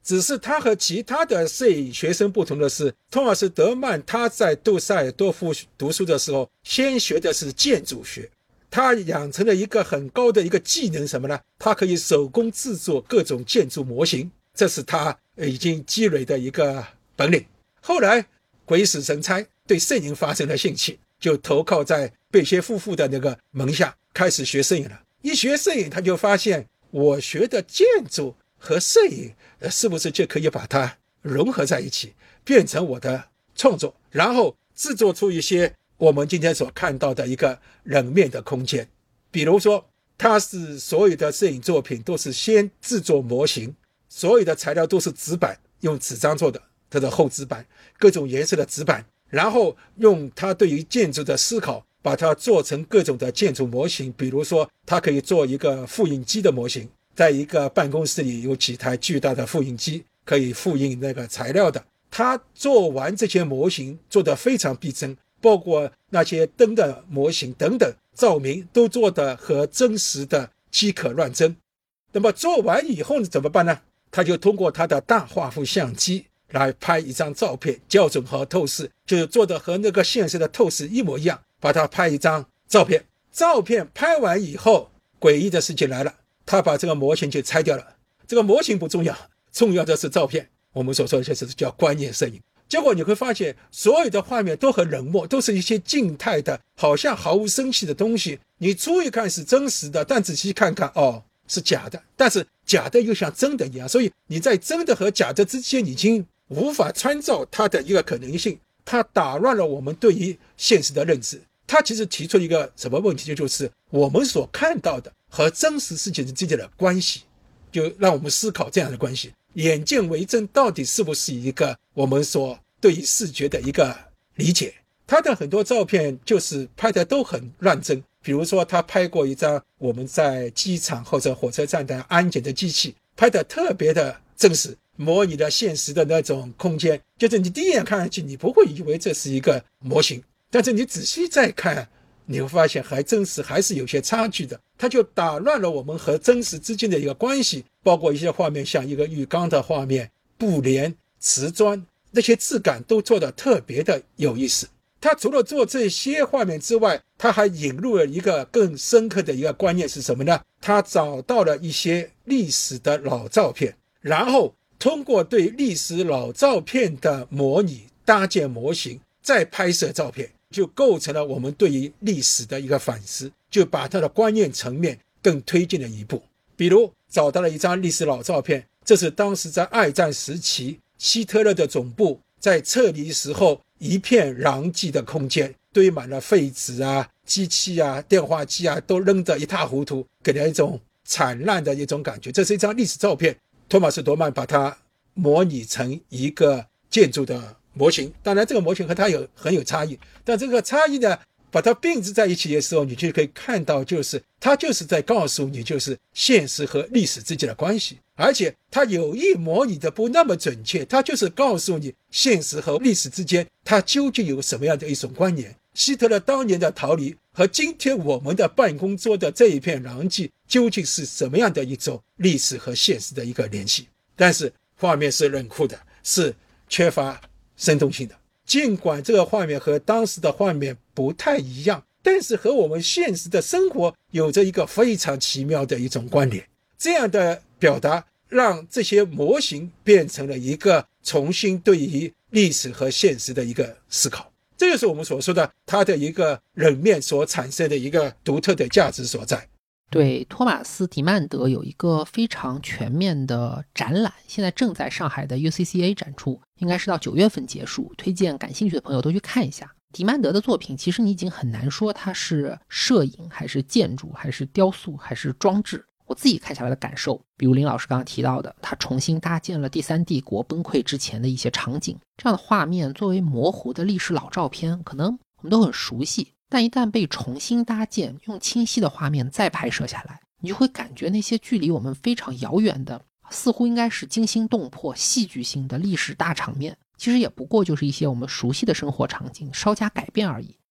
只是他和其他的摄影学生不同的是，托马斯·德曼他在杜塞尔多夫读书的时候，先学的是建筑学，他养成了一个很高的一个技能，什么呢？他可以手工制作各种建筑模型，这是他已经积累的一个本领。后来鬼使神差，对摄影发生了兴趣，就投靠在贝歇夫妇的那个门下，开始学摄影了。一学摄影，他就发现我学的建筑和摄影是不是就可以把它融合在一起，变成我的创作，然后制作出一些我们今天所看到的一个冷面的空间。比如说他是所有的摄影作品都是先制作模型，所有的材料都是纸板，用纸张做的，它的厚纸板，各种颜色的纸板，然后用他对于建筑的思考，把它做成各种的建筑模型。比如说他可以做一个复印机的模型，在一个办公室里有几台巨大的复印机，可以复印那个材料的。他做完这些模型做得非常逼真，包括那些灯的模型等等，照明都做得和真实的几可乱真。那么做完以后怎么办呢？他就通过他的大画幅相机来拍一张照片，校准和透视，就是做的和那个现实的透视一模一样，把它拍一张照片。照片拍完以后，诡异的事情来了，他把这个模型就拆掉了。这个模型不重要，重要的是照片，我们所说的就是叫观念摄影。结果你会发现所有的画面都很冷漠，都是一些静态的，好像毫无生气的东西。你初一看是真实的，但仔细看看，哦，是假的，但是假的又像真的一样，所以你在真的和假的之间已经无法参照它的一个可能性，它打乱了我们对于现实的认知。它其实提出一个什么问题，就是我们所看到的和真实事情之间的关系，就让我们思考这样的关系。眼见为真到底是不是一个我们所对于视觉的一个理解。他的很多照片就是拍的都很乱真，比如说他拍过一张我们在机场或者火车站的安检的机器，拍的特别的真实，模拟了现实的那种空间，就是你第一眼看上去你不会以为这是一个模型，但是你仔细再看，你会发现还真是还是有些差距的。它就打乱了我们和真实之间的一个关系，包括一些画面，像一个浴缸的画面，布帘、瓷砖，那些质感都做得特别的有意思。他除了做这些画面之外，他还引入了一个更深刻的一个观念是什么呢？他找到了一些历史的老照片，然后通过对历史老照片的模拟搭建模型，再拍摄照片，就构成了我们对于历史的一个反思，就把它的观念层面更推进了一步。比如找到了一张历史老照片，这是当时在二战时期希特勒的总部在撤离时候一片狼藉的空间，堆满了废纸啊、机器啊、电话机啊，都扔得一塌糊涂，给人一种惨烂的一种感觉。这是一张历史照片，托马斯·多曼把它模拟成一个建筑的模型。当然这个模型和它有很有差异，但这个差异呢，把它并置在一起的时候，你就可以看到，就是它就是在告诉你，就是现实和历史之间的关系。而且它有意模拟的不那么准确，它就是告诉你现实和历史之间它究竟有什么样的一种关联。希特勒当年的逃离和今天我们的办公桌的这一片狼藉究竟是什么样的一种历史和现实的一个联系。但是画面是冷酷的，是缺乏生动性的。尽管这个画面和当时的画面不太一样，但是和我们现实的生活有着一个非常奇妙的一种关联。这样的表达让这些模型变成了一个重新对于历史和现实的一个思考。这就是我们所说的它的一个冷面所产生的一个独特的价值所在。 对，托马斯·迪曼德有一个非常全面的展览，现在正在上海的 U C C A 展出，应该是到九月份结束，推荐感兴趣的朋友都去看一下。迪曼德的作品其实你已经很难说它是摄影还是建筑还是雕塑还是装置。我自己看下来的感受，比如林老师刚刚提到的，他重新搭建了第三帝国崩溃之前的一些场景，这样的画面作为模糊的历史老照片，可能我们都很熟悉，但一旦被重新搭建，用清晰的画面再拍摄下来，你就会感觉那些距离我们非常遥远的，似乎应该是惊心动魄戏剧性的历史大场面，其实也不过就是一些我们熟悉的生活场景稍加改变而已。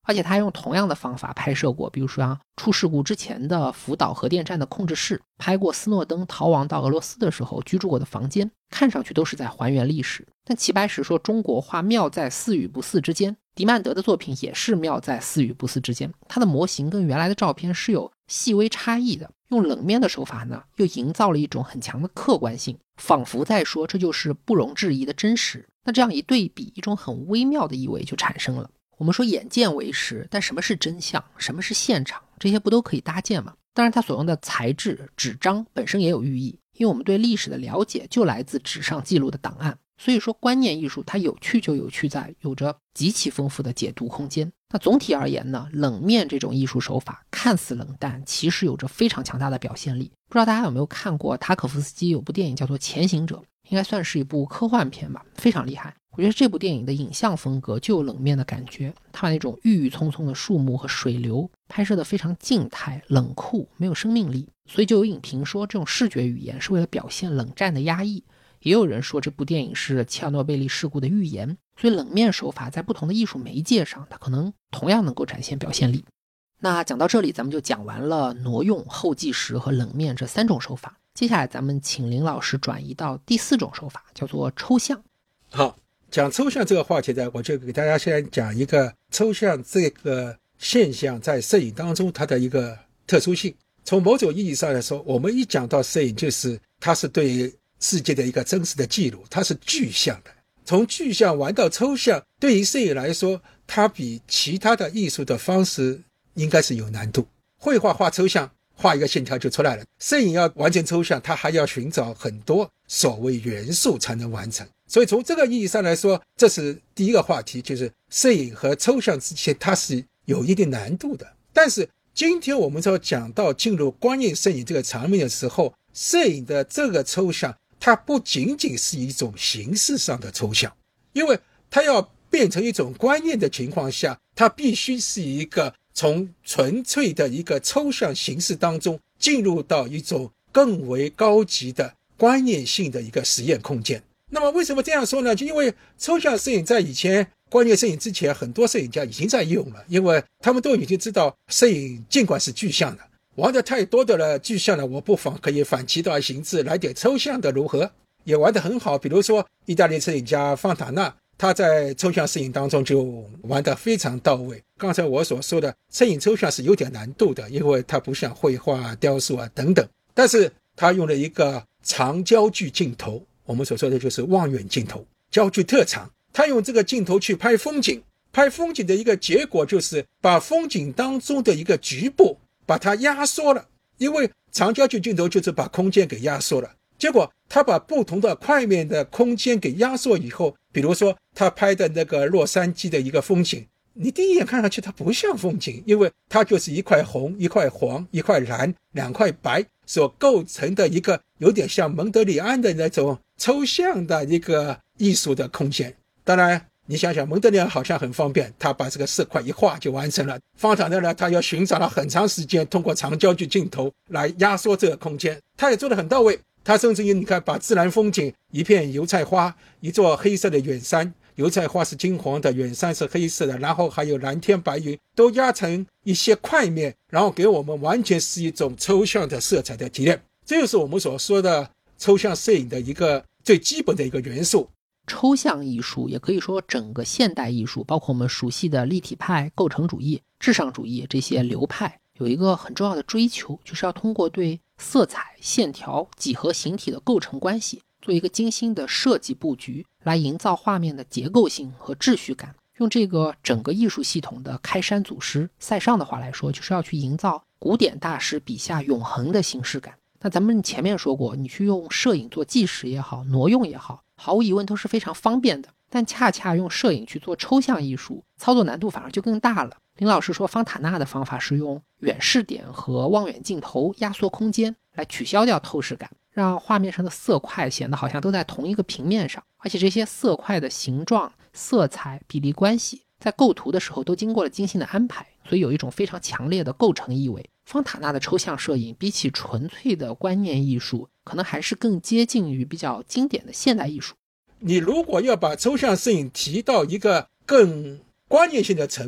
而且他用同样的方法拍摄过，比如说啊，出事故之前的福岛核电站的控制室，拍过斯诺登逃亡到俄罗斯的时候居住过的房间，看上去都是在还原历史。但齐白石说中国画妙在似与不似之间，迪曼德的作品也是妙在似与不似之间，他的模型跟原来的照片是有细微差异的，用冷面的手法呢，又营造了一种很强的客观性，仿佛在说这就是不容置疑的真实。那这样一对比，一种很微妙的意味就产生了。我们说眼见为实，但什么是真相，什么是现场，这些不都可以搭建吗？当然它所用的材质纸张本身也有寓意，因为我们对历史的了解就来自纸上记录的档案。所以说观念艺术它有趣就有趣在有着极其丰富的解读空间。那总体而言呢，冷面这种艺术手法看似冷淡，其实有着非常强大的表现力。不知道大家有没有看过塔可夫斯基有部电影叫做《潜行者》，应该算是一部科幻片吧，非常厉害。我觉得这部电影的影像风格就有冷面的感觉，它把那种郁郁葱葱的树木和水流拍摄得非常静态冷酷，没有生命力。所以就有影评说这种视觉语言是为了表现冷战的压抑，也有人说这部电影是切尔诺贝利事故的预言。所以冷面手法在不同的艺术媒介上，它可能同样能够展现表现力。那讲到这里，咱们就讲完了挪用、后计时和冷面这三种手法。接下来咱们请林老师转移到第四种手法，叫做抽象。 好，讲抽象这个话题呢，我就给大家先讲一个抽象这个现象在摄影当中它的一个特殊性。从某种意义上来说，我们一讲到摄影，就是它是对世界的一个真实的记录，它是具象的。从具象玩到抽象，对于摄影来说，它比其他的艺术的方式应该是有难度。绘画画抽象，画一个线条就出来了。摄影要完成抽象，它还要寻找很多所谓元素才能完成。所以从这个意义上来说，这是第一个话题，就是摄影和抽象之间它是有一定难度的。但是今天我们要讲到进入观念摄影这个场面的时候，摄影的这个抽象它不仅仅是一种形式上的抽象，因为它要变成一种观念的情况下，它必须是一个从纯粹的一个抽象形式当中进入到一种更为高级的观念性的一个实验空间。那么为什么这样说呢？就因为抽象摄影在以前观念摄影之前，很多摄影家已经在用了，因为他们都已经知道摄影尽管是具象的，玩得太多的了具象的，我不妨可以反其道而行之，来点抽象的如何？也玩得很好。比如说意大利摄影家方塔纳，他在抽象摄影当中就玩得非常到位。刚才我所说的摄影抽象是有点难度的，因为它不像绘画、雕塑啊等等，但是他用了一个长焦距镜头，我们所说的就是望远镜头，焦距特长。他用这个镜头去拍风景，拍风景的一个结果就是把风景当中的一个局部把它压缩了，因为长焦距镜头就是把空间给压缩了。结果他把不同的块面的空间给压缩以后，比如说他拍的那个洛杉矶的一个风景，你第一眼看上去它不像风景，因为它就是一块红、一块黄、一块蓝、两块白所构成的一个有点像蒙德里安的那种抽象的一个艺术的空间。当然你想想，蒙德里安好像很方便，他把这个色块一画就完成了。方塔纳呢，他要寻找了很长时间，通过长焦距镜头来压缩这个空间，他也做得很到位。他甚至于你看，把自然风景，一片油菜花，一座黑色的远山，油菜花是金黄的，远山是黑色的，然后还有蓝天白云，都压成一些块面，然后给我们完全是一种抽象的色彩的提炼。这就是我们所说的抽象摄影的一个最基本的一个元素。 抽象艺术也可以说整个现代艺术，包括我们熟悉的立体派、构成主义、至上主义这些流派，有一个很重要的追求，就是要通过对色彩、线条、几何形体的构成关系做一个精心的设计布局，来营造画面的结构性和秩序感。用这个整个艺术系统的开山祖师塞尚的话来说，就是要去营造古典大师笔下永恒的形式感。那咱们前面说过，你去用摄影做纪实也好，挪用也好，毫无疑问都是非常方便的，但恰恰用摄影去做抽象艺术，操作难度反而就更大了。林老师说方塔纳的方法是用远视点和望远镜头压缩空间，来取消掉透视感，让画面上的色块显得好像都在同一个平面上，而且这些色块的形状、色彩、比例关系在构图的时候都经过了精心的安排，所以有一种非常强烈的构成意味。方塔纳的抽象摄影比起纯粹的观念艺术，可能还是更接近于比较经典的现代艺术。 你如果要把抽象摄影提到一个更观念性的层面，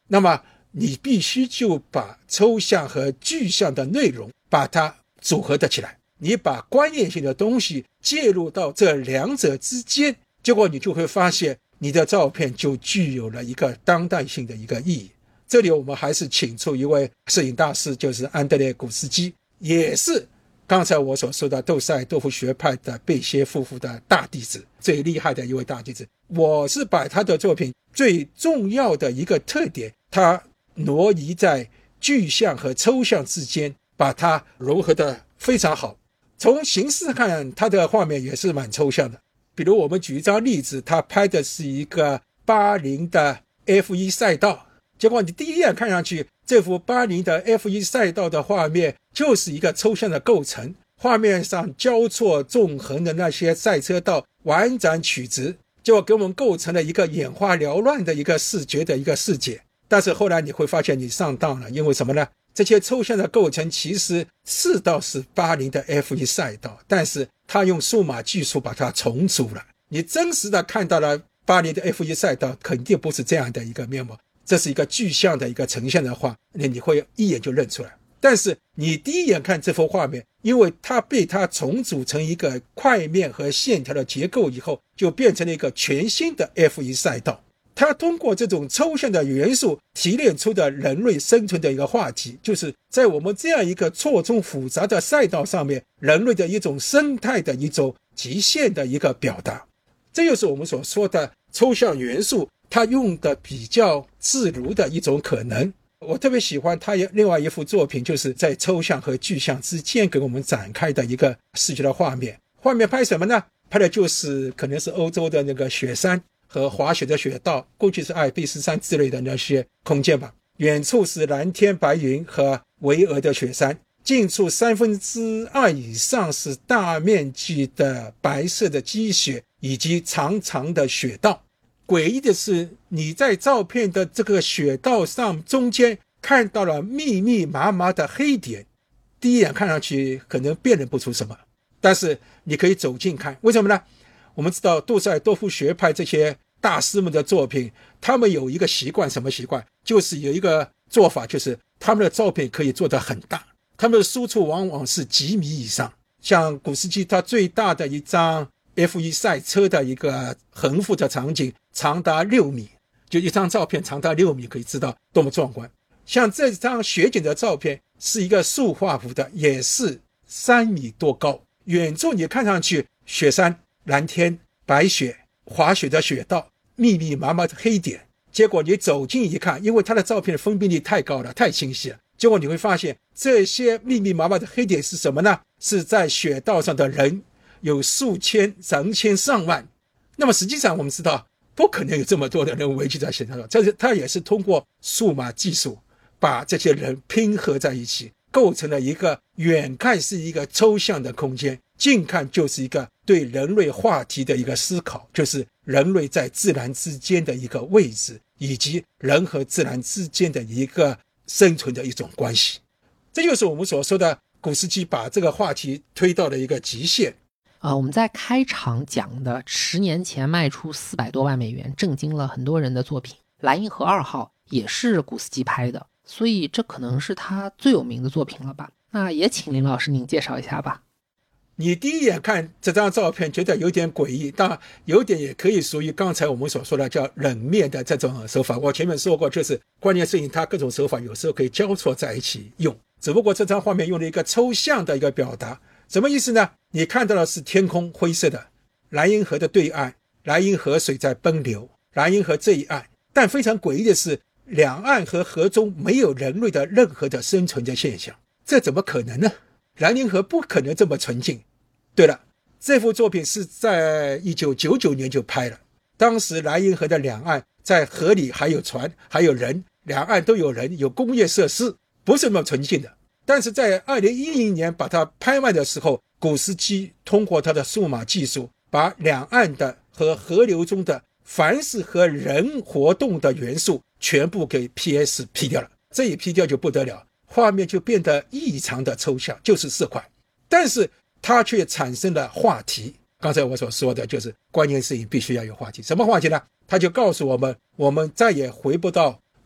那么你必须就把抽象和具象的内容把它组合的起来，你把观念性的东西介入到这两者之间，结果你就会发现你的照片就具有了一个当代性的一个意义。这里我们还是请出一位摄影大师，就是安德烈·古斯基，也是刚才我所说的杜塞尔多夫学派的贝歇夫妇的大弟子，最厉害的一位大弟子。我是把他的作品最重要的一个特点，他挪移在具象和抽象之间，把它融合得非常好。从形式看，他的画面也是蛮抽象的。比如我们举一张例子，他拍的是一个巴林的 F 一 赛道，结果你第一眼看上去，这幅巴林的 F 一 赛道的画面就是一个抽象的构成，画面上交错纵横的那些赛车道婉转曲直，就给我们构成了一个眼花缭乱的一个视觉的一个世界。但是后来你会发现你上当了，因为什么呢？这些抽象的构成其实是倒是巴林的 F 一 赛道，但是他用数码技术把它重组了。你真实的看到了巴林的 F 一 赛道，肯定不是这样的一个面貌，这是一个具象的一个呈现的话，那你会一眼就认出来。但是你第一眼看这幅画面，因为它被它重组成一个块面和线条的结构以后，就变成了一个全新的 F 一 赛道。它通过这种抽象的元素提炼出的人类生存的一个话题，就是在我们这样一个错综复杂的赛道上面，人类的一种生态的一种极限的一个表达。这就是我们所说的抽象元素它用的比较自如的一种可能。我特别喜欢他另外一幅作品，就是在抽象和具象之间给我们展开的一个视觉的画面。画面拍什么呢？拍的就是可能是欧洲的那个雪山和滑雪的雪道，过去是阿尔卑斯山之类的那些空间吧。远处是蓝天白云和巍峨的雪山，近处三分之二以上是大面积的白色的积雪以及长长的雪道。诡异的是，你在照片的这个雪道上中间看到了密密麻麻的黑点，第一眼看上去可能辨认不出什么，但是你可以走近看。为什么呢？我们知道杜塞尔多夫学派这些大师们的作品，他们有一个习惯，什么习惯？就是有一个做法，就是他们的照片可以做得很大，他们的输出往往是几米以上。像古斯基他最大的一张 F 一 赛车的一个横幅的场景长达六米，就一张照片长达六米，可以知道多么壮观。像这张雪景的照片是一个竖画幅的，也是三米多高，远处你看上去雪山、蓝天、白雪、滑雪的雪道，密密麻麻的黑点，结果你走近一看，因为它的照片的分辨率太高了，太清晰了，结果你会发现这些密密麻麻的黑点是什么呢？是在雪道上的人，有数千、成千上万。那么实际上我们知道不可能有这么多的人围聚在雪道上，这是它也是通过数码技术把这些人拼合在一起，构成了一个远看是一个抽象的空间，近看就是一个对人类话题的一个思考，就是人类在自然之间的一个位置，以及人和自然之间的一个生存的一种关系。这就是我们所说的古斯基把这个话题推到了一个极限。 呃，我们在开场讲的十年前卖出四百多万美元，震惊了很多人的作品《蓝银河二号》也是古斯基拍的，所以这可能是他最有名的作品了吧。那也请林老师您介绍一下吧。 你第一眼看这张照片觉得有点诡异，当然有点也可以属于刚才我们所说的叫冷面的这种手法。我前面说过，就是观念摄影它各种手法有时候可以交错在一起用，只不过这张画面用了一个抽象的一个表达。什么意思呢？你看到的是天空灰色的，蓝银河的对岸，蓝银河水在奔流，蓝银河这一岸，但非常诡异的是两岸和河中没有人类的任何的生存的现象，这怎么可能呢？蓝银河不可能这么纯净。对了，这幅作品是在一九九九年就拍了，当时蓝银河的两岸在河里还有船还有人，两岸都有人，有工业设施，不是那么纯净的。但是在二零一零年把它拍卖的时候，古斯基通过他的数码技术，把两岸的和河流中的凡是和人活动的元素全部给 P S P 掉了。这一 P 掉就不得了，画面就变得异常的抽象，就是色块，但是它却产生了话题。刚才我所说的就是观念摄影必须要有话题。什么话题呢？它就告诉我们，我们再也回不到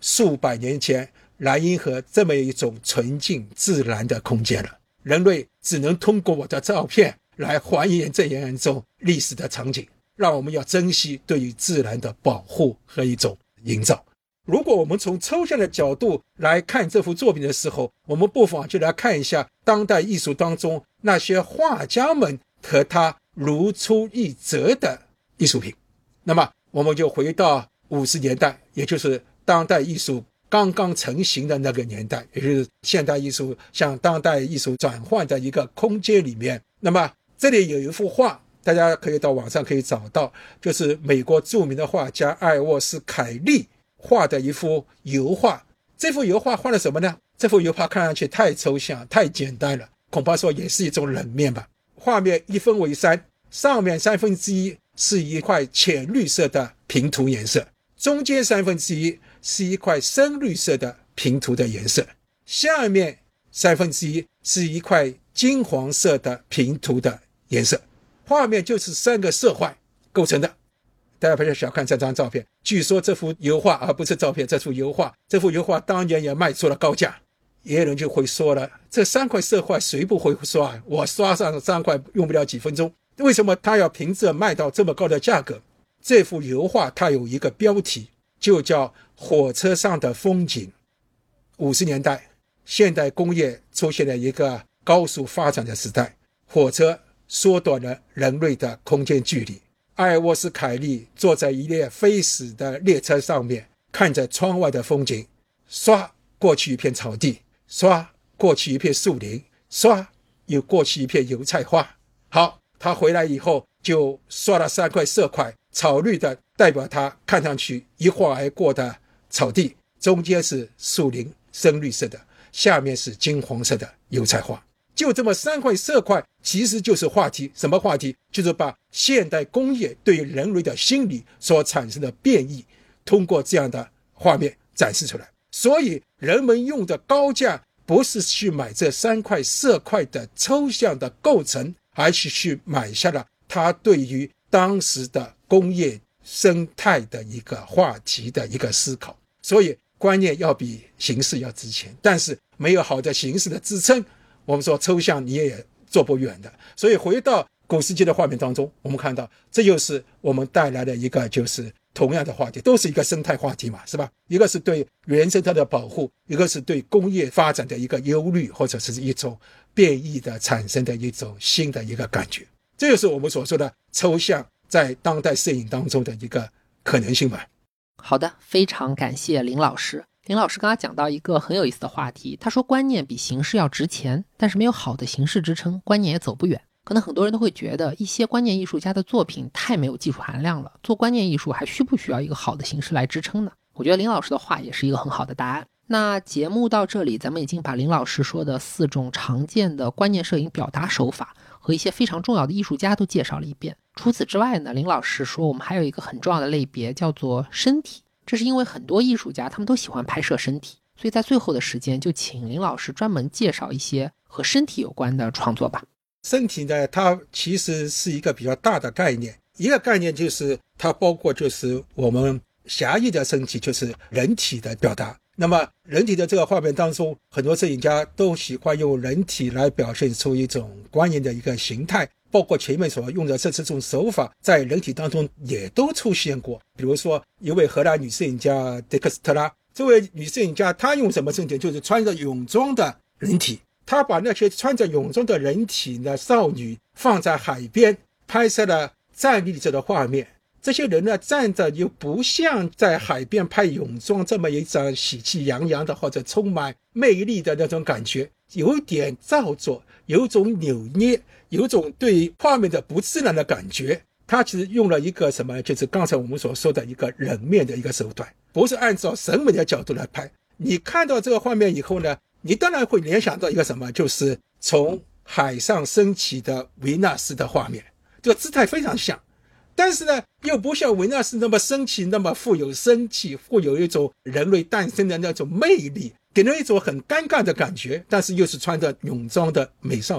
数百年前莱茵河这么一种纯净自然的空间了。人类只能通过我的照片来还原这样一种历史的场景，让我们要珍惜对于自然的保护和一种营造。如果我们从抽象的角度来看这幅作品的时候，我们不妨就来看一下当代艺术当中那些画家们和他如出一辙的艺术品。那么我们就回到五十年代，也就是当代艺术刚刚成型的那个年代，也就是现代艺术向当代艺术转换的一个空间里面。那么这里有一幅画，大家可以到网上可以找到，就是美国著名的画家艾沃斯凯利画的一幅油画。这幅油画画了什么呢？这幅油画看上去太抽象太简单了，恐怕说也是一种冷面吧。画面一分为三，上面三分之一是一块浅绿色的平涂颜色，中间三分之一是一块深绿色的平涂的颜色，下面三分之一是一块金黄色的平涂的颜色。画面就是三个色块构成的。大家不要小看这张照片，据说这幅油画，而不是照片，这幅油画这幅油画当年也卖出了高价。也有人就会说了，这三块色块谁不会刷？我刷上三块用不了几分钟，为什么他要凭着卖到这么高的价格？这幅油画它有一个标题，就叫火车上的风景。五十年代现代工业出现了一个高速发展的时代，火车缩短了人类的空间距离。艾沃斯凯利坐在一列飞驶的列车上面，看着窗外的风景，刷过去一片草地，刷过去一片树林，刷又过去一片油菜花。好，他回来以后就刷了三块色块，草绿的代表他看上去一晃而过的草地，中间是树林深绿色的，下面是金黄色的油菜花。就这么三块色块，其实就是话题。什么话题？就是把现代工业对于人类的心理所产生的变异，通过这样的画面展示出来。所以人们用的高价不是去买这三块色块的抽象的构成，而是去买下了它对于当时的工业生态的一个话题的一个思考。所以观念要比形式要值钱，但是没有好的形式的支撑，我们说抽象你也做不远的。所以回到古世纪的画面当中，我们看到这就是我们带来的一个就是同样的话题，都是一个生态话题嘛，是吧？一个是对原生态的保护，一个是对工业发展的一个忧虑，或者是一种变异的产生的一种新的一个感觉。这就是我们所说的抽象在当代摄影当中的一个可能性吧。 好的，非常感谢林老师。林老师刚刚讲到一个很有意思的话题，他说观念比形式要值钱，但是没有好的形式支撑，观念也走不远。可能很多人都会觉得一些观念艺术家的作品太没有技术含量了，做观念艺术还需不需要一个好的形式来支撑呢？我觉得林老师的话也是一个很好的答案。那节目到这里，咱们已经把林老师说的四种常见的观念摄影表达手法和一些非常重要的艺术家都介绍了一遍。除此之外呢，林老师说我们还有一个很重要的类别叫做身体，这是因为很多艺术家他们都喜欢拍摄身体，所以在最后的时间就请林老师专门介绍一些和身体有关的创作吧。 身体呢，它其实是一个比较大的概念，一个概念就是它包括就是我们狭义的身体，就是人体的表达。那么人体的这个画面当中，很多摄影家都喜欢用人体来表现出一种观念的一个形态，包括前面所用的这四种手法在人体当中也都出现过。比如说一位荷兰女摄影家迪克斯特拉，这位女摄影家她用什么身体？就是穿着泳装的人体，她把那些穿着泳装的人体的少女放在海边，拍摄了站立着的画面。这些人呢，站着又不像在海边拍泳装这么一张喜气洋洋的或者充满魅力的那种感觉，有点造作，有种扭捏，有种对画面的不自然的感觉。他其实用了一个什么，就是刚才我们所说的一个冷面的一个手段，不是按照审美的角度来拍。你看到这个画面以后呢，你当然会联想到一个什么，就是从海上升起的维纳斯的画面，这个姿态非常像，但是呢又不像维纳斯那么升起，那么富有生气，富有一种人类诞生的那种魅力，给人一种很尴尬的感觉，但是又是穿着泳装的美少女。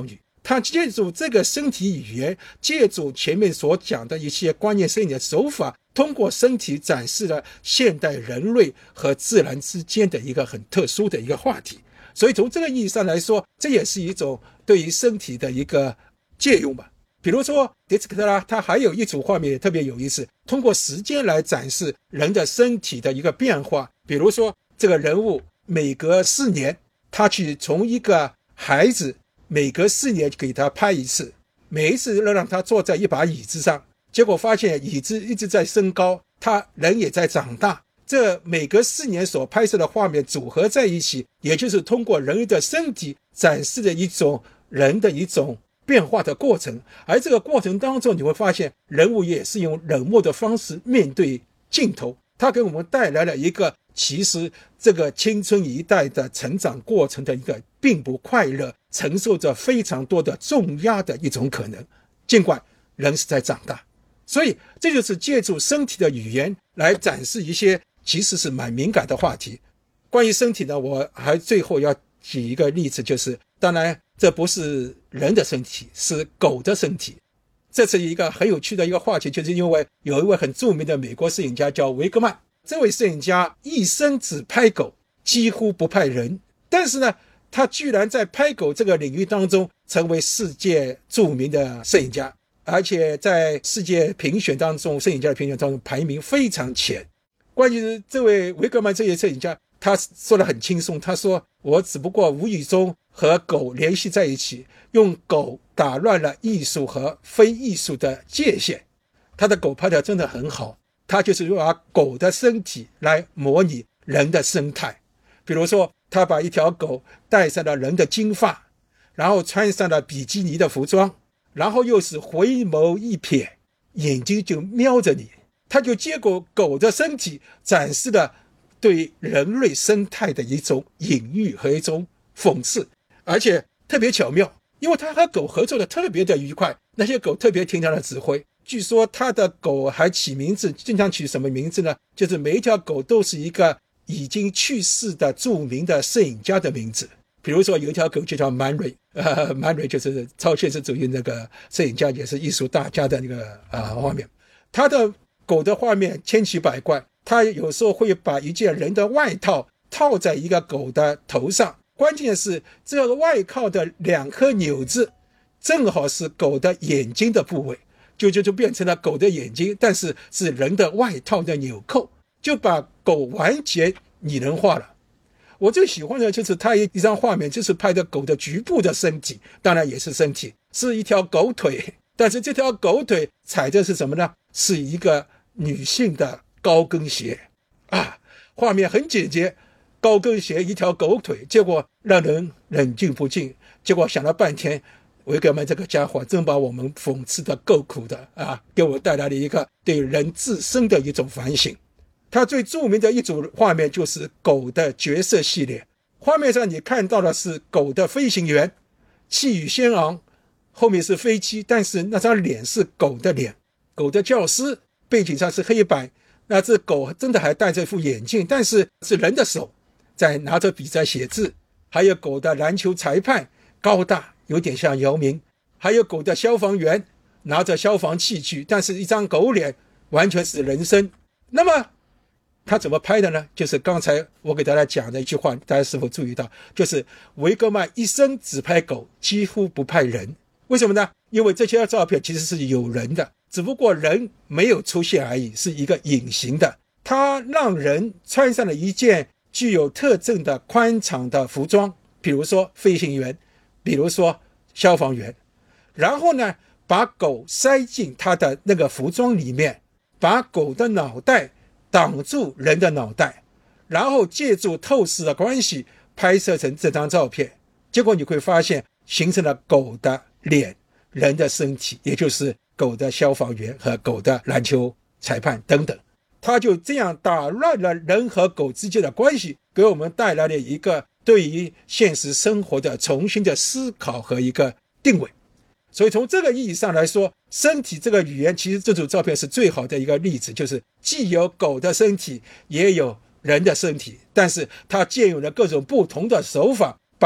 他借助这个身体语言，借助前面所讲的一些观念摄影的手法，通过身体展示了现代人类和自然之间的一个很特殊的一个话题。所以从这个意义上来说，这也是一种对于身体的一个借用吧。比如说迪斯克拉他还有一组画面也特别有意思，通过时间来展示人的身体的一个变化。比如说这个人物每隔四年，他去从一个孩子每隔四年给他拍一次，每一次都让他坐在一把椅子上，结果发现椅子一直在升高，他人也在长大。这每隔四年所拍摄的画面组合在一起，也就是通过人的身体展示的一种人的一种变化的过程。而这个过程当中，你会发现人物也是用冷漠的方式面对镜头，他给我们带来了一个其实这个青春一代的成长过程的一个并不快乐，承受着非常多的重压的一种可能，尽管人是在长大。所以这就是借助身体的语言来展示一些其实是蛮敏感的话题。关于身体呢，我还最后要举一个例子，就是当然这不是人的身体，是狗的身体。这是一个很有趣的一个话题，就是因为有一位很著名的美国摄影家叫维格曼，这位摄影家一生只拍狗，几乎不拍人，但是呢他居然在拍狗这个领域当中成为世界著名的摄影家，而且在世界评选当中，摄影家的评选当中排名非常前。关于这位维格曼这位摄影家，他说得很轻松，他说我只不过无意中和狗联系在一起，用狗打乱了艺术和非艺术的界限。他的狗拍得真的很好，他就是用狗的身体来模拟人的生态。比如说他把一条狗戴上了人的金发，然后穿上了比基尼的服装，然后又是回眸一瞥，眼睛就瞄着你，他就接过狗的身体，展示了对人类生态的一种隐喻和一种讽刺，而且特别巧妙，因为他和狗合作的特别的愉快，那些狗特别听他的指挥。据说他的狗还起名字，经常取什么名字呢？就是每一条狗都是一个已经去世的著名的摄影家的名字。比如说有一条狗就叫曼瑞，呃，曼瑞就是超现实主义那个摄影家，也是艺术大家的那个呃画面。他的狗的画面千奇百怪，他有时候会把一件人的外套套在一个狗的头上，关键是这个外套的两颗钮子正好是狗的眼睛的部位，就就就变成了狗的眼睛，但是是人的外套的纽扣，就把狗完全拟人化了。我最喜欢的就是他一张画面，就是拍的狗的局部的身体，当然也是身体，是一条狗腿，但是这条狗腿踩的是什么呢？是一个女性的高跟鞋啊，画面很简洁，高跟鞋一条狗腿，结果让人冷静不禁。结果想了半天，维格曼这个家伙真把我们讽刺的够苦的啊，给我带来了一个对人自身的一种反省。他最著名的一组画面就是狗的角色系列，画面上你看到的是狗的飞行员，气宇轩昂，后面是飞机，但是那张脸是狗的脸。狗的教师背景上是黑白，那这狗真的还戴着一副眼镜，但是是人的手在拿着笔在写字。还有狗的篮球裁判，高大有点像姚明，还有狗的消防员拿着消防器具，但是一张狗脸完全是人身。那么他怎么拍的呢？就是刚才我给大家讲的一句话，大家是否注意到，就是维格曼一生只拍狗，几乎不拍人。为什么呢？因为这些照片其实是有人的，只不过人没有出现而已，是一个隐形的。他让人穿上了一件具有特征的宽敞的服装，比如说飞行员，比如说消防员，然后呢把狗塞进他的那个服装里面，把狗的脑袋挡住人的脑袋，然后借助透视的关系拍摄成这张照片。结果你会发现形成了狗的脸，人的身体，也就是狗的消防员和狗的篮球裁判等等。他就这样打乱了人和狗之间的关系，给我们带来了一个对于现实生活的重新的思考和一个定位。所以从这个意义上来说，身体这个语言，其实这组照片是最好的一个例子，就是既有狗的身体也有人的身体，但是它借用了各种不同的手法，把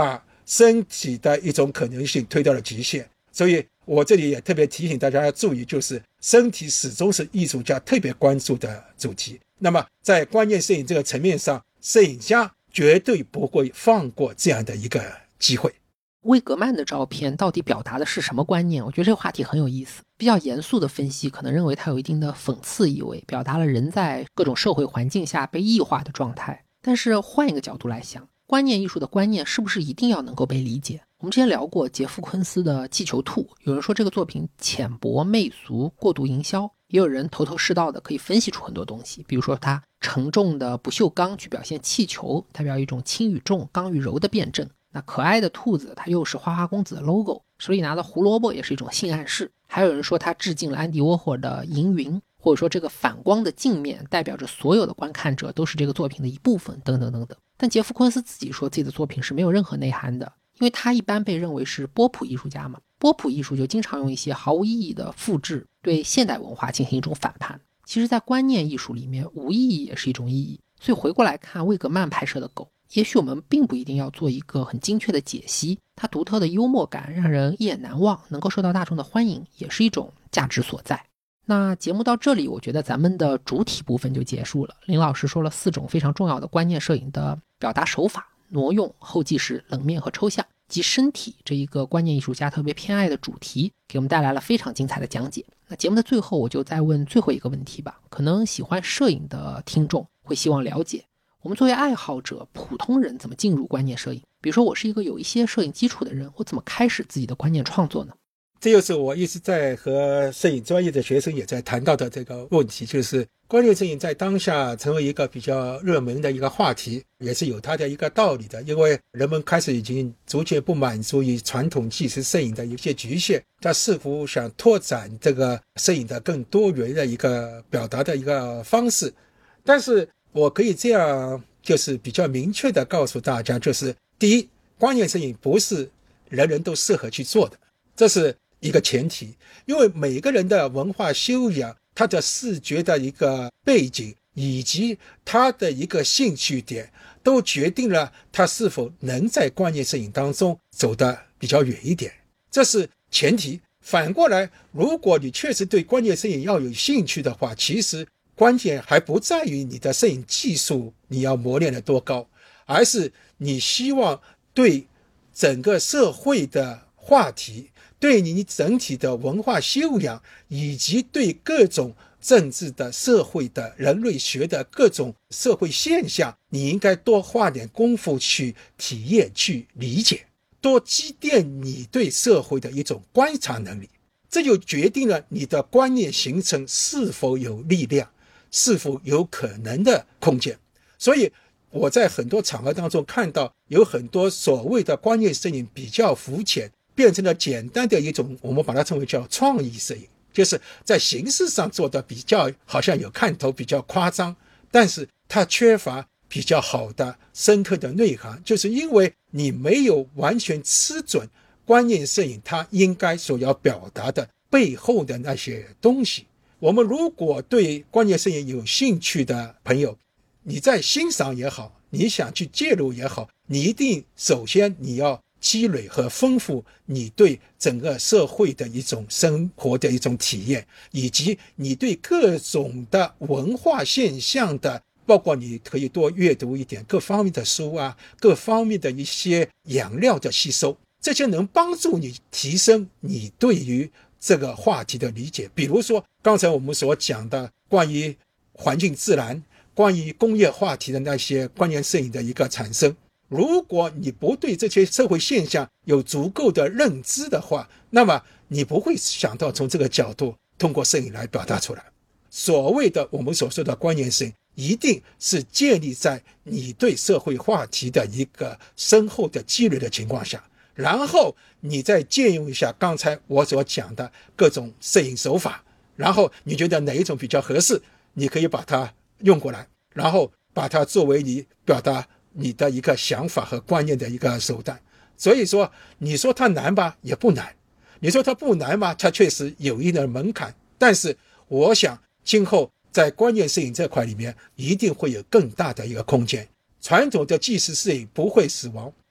身体的一种可能性推到了极限。所以我这里也特别提醒大家要注意，就是身体始终是艺术家特别关注的主题。那么在观念摄影这个层面上，摄影家绝对不会放过这样的一个机会。 魏格曼的照片到底表达的是什么观念？我觉得这个话题很有意思。比较严肃的分析可能认为它有一定的讽刺意味，表达了人在各种社会环境下被异化的状态。但是换一个角度来想，观念艺术的观念是不是一定要能够被理解？我们之前聊过杰夫昆斯的气球兔，有人说这个作品浅薄媚俗过度营销，也有人头头是道的可以分析出很多东西，比如说它沉重的不锈钢去表现气球，代表一种轻与重刚与柔的辩证。那可爱的兔子它又是花花公子的 logo， 手里拿的胡萝卜也是一种性暗示。还有人说它致敬了安迪沃霍的银云，或者说这个反光的镜面代表着所有的观看者都是这个作品的一部分，等等等等。但杰夫昆斯自己说自己的作品是没有任何内涵的，因为他一般被认为是波普艺术家嘛，波普艺术就经常用一些毫无意义的复制对现代文化进行一种反叛。其实在观念艺术里面，无意义也是一种意义。所以回过来看魏格曼拍摄的狗，也许我们并不一定要做一个很精确的解析，它独特的幽默感让人一眼难忘，能够受到大众的欢迎也是一种价值所在。那节目到这里，我觉得咱们的主体部分就结束了。林老师说了四种非常重要的观念摄影的表达手法：挪用、后纪实、冷面和抽象，及身体这一个观念艺术家特别偏爱的主题，给我们带来了非常精彩的讲解。那节目的最后，我就再问最后一个问题吧，可能喜欢摄影的听众会希望了解，我们作为爱好者、普通人怎么进入观念摄影？比如说我是一个有一些摄影基础的人，我怎么开始自己的观念创作呢？ 这就是我一直在和摄影专业的学生也在谈到的这个问题，就是观念摄影在当下成为一个比较热门的一个话题，也是有它的一个道理的。因为人们开始已经逐渐不满足于传统纪实摄影的一些局限，他似乎想拓展这个摄影的更多元的一个表达的一个方式。但是我可以这样就是比较明确的告诉大家，就是第一，观念摄影不是人人都适合去做的，这是一个前提。因为每个人的文化修养，他的视觉的一个背景以及他的一个兴趣点，都决定了他是否能在观念摄影当中走得比较远一点，这是前提。反过来，如果你确实对观念摄影要有兴趣的话，其实关键还不在于你的摄影技术你要磨练得多高，而是你希望对整个社会的话题，对你整体的文化修养，以及对各种政治的、社会的、人类学的各种社会现象，你应该多花点功夫去体验、去理解，多积淀你对社会的一种观察能力。这就决定了你的观念形成是否有力量，是否有可能的空间。所以我在很多场合当中看到有很多所谓的观念摄影比较肤浅，变成了简单的一种，我们把它称为叫创意摄影，就是在形式上做的比较好像有看头，比较夸张，但是它缺乏比较好的深刻的内涵，就是因为你没有完全吃准观念摄影它应该所要表达的背后的那些东西。我们如果对观念摄影有兴趣的朋友，你在欣赏也好，你想去介入也好，你一定首先你要积累和丰富你对整个社会的一种生活的一种体验，以及你对各种的文化现象的，包括你可以多阅读一点各方面的书啊，各方面的一些养料的吸收，这些能帮助你提升你对于这个话题的理解。比如说刚才我们所讲的关于环境自然、关于工业话题的那些观念摄影的一个产生，如果你不对这些社会现象有足够的认知的话，那么你不会想到从这个角度通过摄影来表达出来。所谓的我们所说的观念摄影，一定是建立在你对社会话题的一个深厚的积累的情况下，然后你再借用一下刚才我所讲的各种摄影手法，然后你觉得哪一种比较合适，你可以把它用过来，然后把它作为你表达你的一个想法和观念的一个手段。所以说你说它难吧，也不难，你说它不难吧，它确实有一定的门槛，但是我想今后在观念摄影这块里面一定会有更大的一个空间。传统的纪实摄影不会死亡，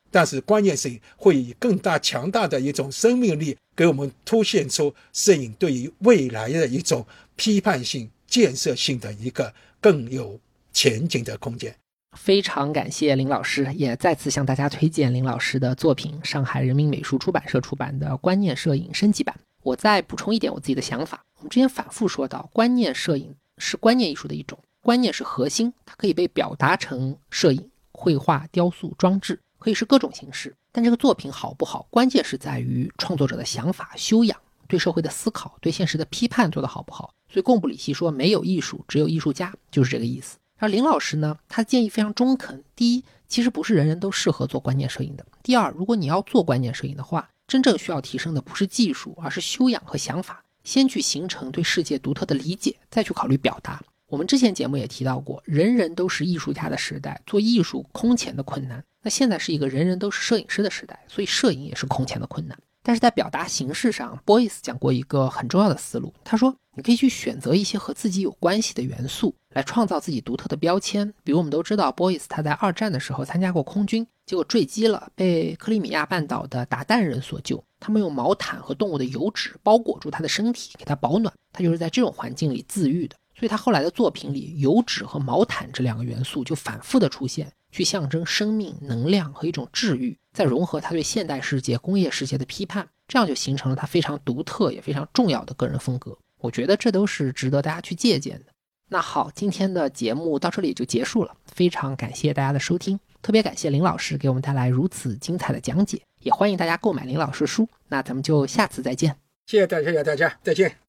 但是观念摄影会以更大强大的一种生命力，给我们凸显出摄影对于未来的一种批判性、建设性的一个更有前景的空间。 非常感谢林老师，也再次向大家推荐林老师的作品，上海人民美术出版社出版的《观念摄影升级版》。我再补充一点我自己的想法，我们之前反复说到，观念摄影是观念艺术的一种，观念是核心，它可以被表达成摄影、绘画、雕塑、装置，可以是各种形式。但这个作品好不好，关键是在于创作者的想法、修养、对社会的思考、对现实的批判做得好不好。所以贡布里希说没有艺术，只有艺术家，就是这个意思。而林老师呢，他的建议非常中肯。第一，其实不是人人都适合做观念摄影的。第二，如果你要做观念摄影的话，真正需要提升的不是技术，而是修养和想法，先去形成对世界独特的理解，再去考虑表达。我们之前节目也提到过，人人都是艺术家的时代，做艺术空前的困难。那现在是一个人人都是摄影师的时代，所以摄影也是空前的困难。但是在表达形式上， Beuys 讲过一个很重要的思路，他说你可以去选择一些和自己有关系的元素，来创造自己独特的标签。比如我们都知道 Beuys 他在二战的时候参加过空军，结果坠机了，被克里米亚半岛的打弹人所救，他们用毛毯和动物的油脂包裹住他的身体，给他保暖，他就是在这种环境里自愈的。所以他后来的作品里，油脂和毛毯这两个元素就反复的出现，去象征生命、能量和一种治愈，再融合他对现代世界、工业世界的批判，这样就形成了他非常独特也非常重要的个人风格。我觉得这都是值得大家去借鉴的。那好，今天的节目到这里就结束了，非常感谢大家的收听，特别感谢林老师给我们带来如此精彩的讲解，也欢迎大家购买林老师书。那咱们就下次再见。 谢谢大家，谢谢大家，再见。